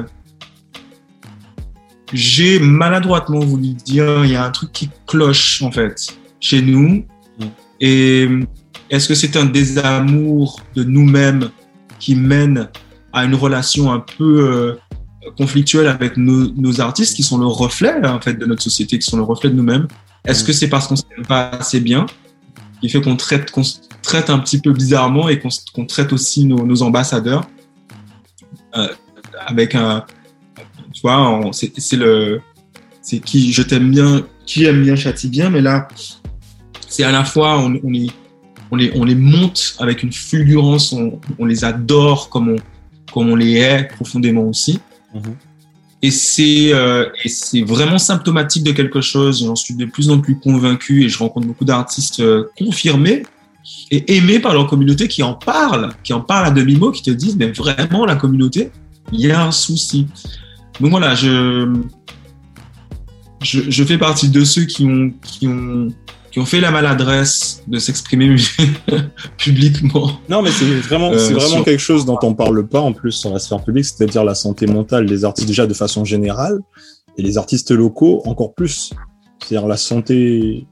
j'ai maladroitement voulu dire, il y a un truc qui cloche, en fait, chez nous. Et est-ce que c'est un désamour de nous-mêmes qui mène à une relation un peu conflictuelle avec nos artistes qui sont le reflet, en fait, de notre société, qui sont le reflet de nous-mêmes? Est-ce que c'est parce qu'on ne s'aime pas assez bien qui fait qu'on traite un petit peu bizarrement et qu'on traite aussi nos ambassadeurs avec un... Tu vois, c'est qui je t'aime bien, qui aime bien châtie bien, mais là, c'est à la fois, on les monte avec une fulgurance, on les adore comme on les hait profondément aussi. Et c'est vraiment symptomatique de quelque chose. J'en suis de plus en plus convaincu et je rencontre beaucoup d'artistes confirmés et aimés par leur communauté qui en parlent à demi-mot, qui te disent, mais vraiment, la communauté, il y a un souci. Donc voilà, je fais partie de ceux qui ont fait la maladresse de s'exprimer publiquement. Non, mais c'est vraiment quelque chose dont on parle pas en plus dans la sphère publique, c'est-à-dire la santé mentale des artistes déjà de façon générale et les artistes locaux encore plus. C'est-à-dire la santé,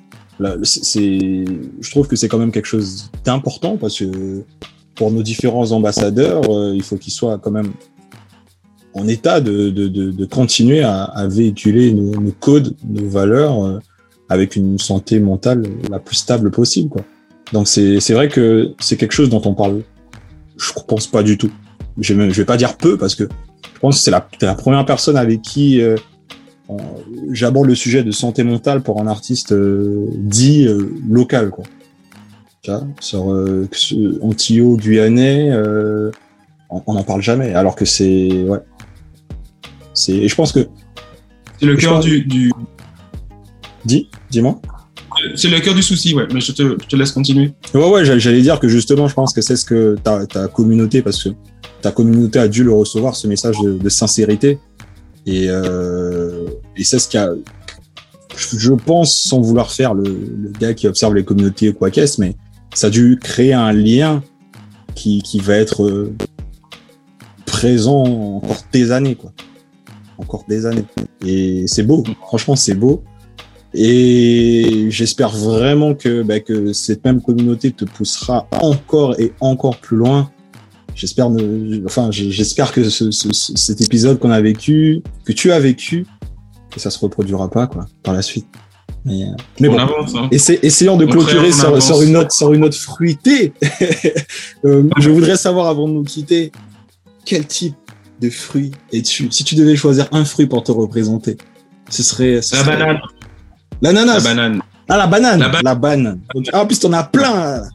je trouve que c'est quand même quelque chose d'important parce que pour nos différents ambassadeurs, il faut qu'ils soient quand même en état de continuer à véhiculer nos codes, nos valeurs, avec une santé mentale la plus stable possible, quoi. Donc c'est vrai que c'est quelque chose dont on parle, je pense pas du tout. Je vais pas dire peu parce que je pense que c'est la première personne avec qui j'aborde le sujet de santé mentale pour un artiste dit local, quoi. Tu vois, sur Antillais, Guyanais, on n'en parle jamais, alors que et je pense que c'est le cœur du Dis-moi. c'est le cœur du souci, ouais. Mais je te laisse continuer. Ouais, j'allais dire que justement, je pense que c'est ce que ta communauté, parce que ta communauté a dû le recevoir, ce message de sincérité. Et c'est ce qui a, je pense, sans vouloir faire le gars qui observe les communautés ou quoi qu'est-ce, mais ça a dû créer un lien qui va être présent encore des années, quoi. Encore des années. Et c'est beau. Franchement, c'est beau. Et j'espère vraiment que cette même communauté te poussera encore et encore plus loin. J'espère que cet épisode qu'on a vécu, que tu as vécu, que ça se reproduira pas, quoi, par la suite. Mais bon, avance, hein. Essayons de clôturer sur une note fruitée. Je voudrais savoir, avant de nous quitter, quel type de fruit es-tu? Si tu devais choisir un fruit pour te représenter, ce serait la banane. L'ananas. La banane. Ah, la banane. Ah, en plus, t'en as plein.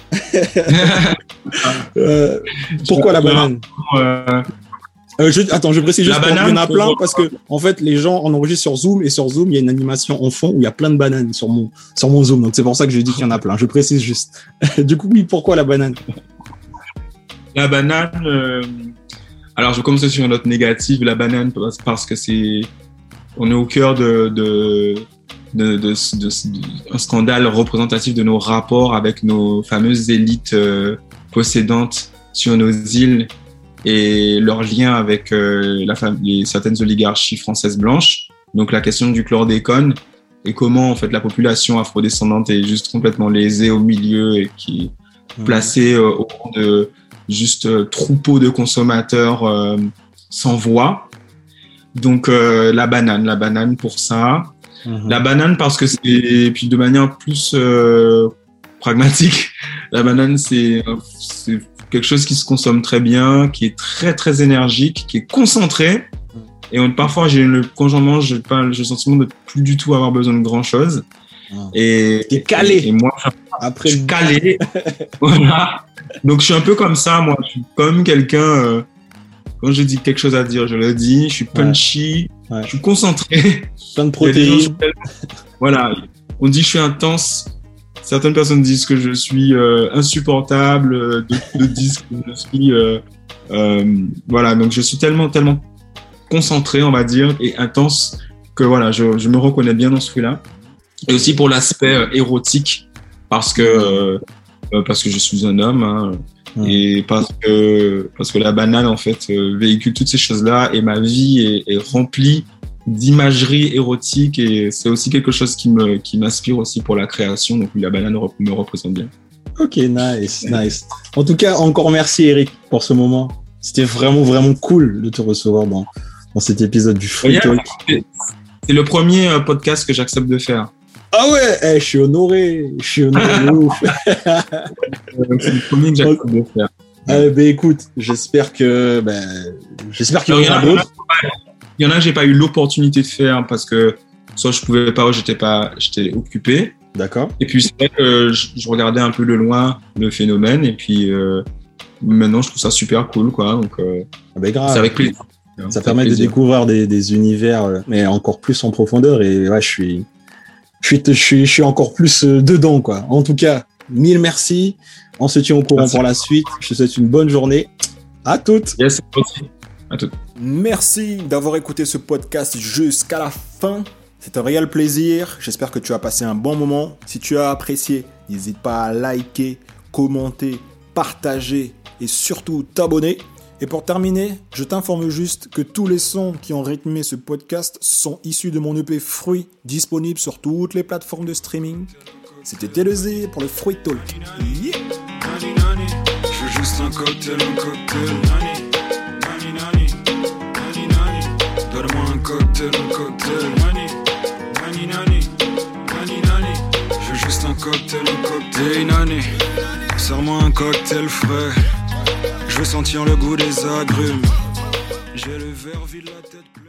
Pourquoi la banane? Je précise juste qu'il y en a plein parce que en fait les gens en enregistrent sur Zoom et sur Zoom il y a une animation en fond où il y a plein de bananes sur mon Zoom, donc c'est pour ça que je dis qu'il y en a plein. Je précise juste. Du coup, oui, pourquoi la banane? La banane. Alors je vais commencer sur une note négative. La banane parce que on est au cœur de un scandale représentatif de nos rapports avec nos fameuses élites possédantes sur nos îles et leur lien avec certaines oligarchies françaises blanches. Donc la question du chlordécone et comment en fait la population afrodescendante est juste complètement lésée au milieu et qui est placée au rang de juste troupeau de consommateurs sans voix. Donc la banane pour ça. La banane parce que c'est, puis de manière plus pragmatique, la banane c'est quelque chose qui se consomme très bien, qui est très très énergique, qui est concentré. Et parfois quand j'en mange, j'ai le sentiment de plus du tout avoir besoin de grand chose. Et t'es calé. Et moi, je suis calé. Voilà. Donc je suis un peu comme ça, moi. Je suis comme quelqu'un. Quand je dis quelque chose à dire, je le dis. Je suis punchy. Ouais. Je suis concentré. Plein de protéines. Voilà. On dit que je suis intense. Certaines personnes disent que je suis insupportable. D'autres disent que je suis. Voilà. Donc je suis tellement concentré, on va dire, et intense que voilà, je me reconnais bien dans ce fruit-là. Et aussi pour l'aspect érotique, parce que je suis un homme. Hein, et parce que la banane en fait véhicule toutes ces choses-là et ma vie est remplie d'imagerie érotique et c'est aussi quelque chose qui m'inspire aussi pour la création. Donc la banane me représente bien. Ok, nice. En tout cas, encore merci Eric pour ce moment. C'était vraiment vraiment cool de te recevoir dans cet épisode du Fruit Talk. C'est le premier podcast que j'accepte de faire. Ah ouais, je suis honoré de ouf. C'est le premier que j'accepte de faire. Écoute, j'espère qu'il y en a d'autres. Il y en a que j'ai pas eu l'opportunité de faire parce que soit je pouvais pas ou j'étais occupé. D'accord. Et puis c'est vrai que je regardais un peu de loin le phénomène et puis maintenant je trouve ça super cool quoi. Donc grave. C'est avec plaisir. Ça permet de découvrir des univers mais encore plus en profondeur et ouais, je suis encore plus dedans, quoi. En tout cas, 1000 merci. On se tient au courant pour la suite. Je te souhaite une bonne journée. À toutes. Yes, aussi. À toutes. Merci d'avoir écouté ce podcast jusqu'à la fin. C'est un réel plaisir. J'espère que tu as passé un bon moment. Si tu as apprécié, n'hésite pas à liker, commenter, partager et surtout t'abonner. Et pour terminer, je t'informe juste que tous les sons qui ont rythmé ce podcast sont issus de mon EP Fruit, disponible sur toutes les plateformes de streaming. C'était TLZ pour le Fruit Talk. Yeah. Je veux juste un cocktail. Donne-moi un cocktail. Je veux juste un cocktail. Hey Nani, sers-moi un cocktail frais. Je veux sentir le goût des agrumes. J'ai le verre vide, la tête.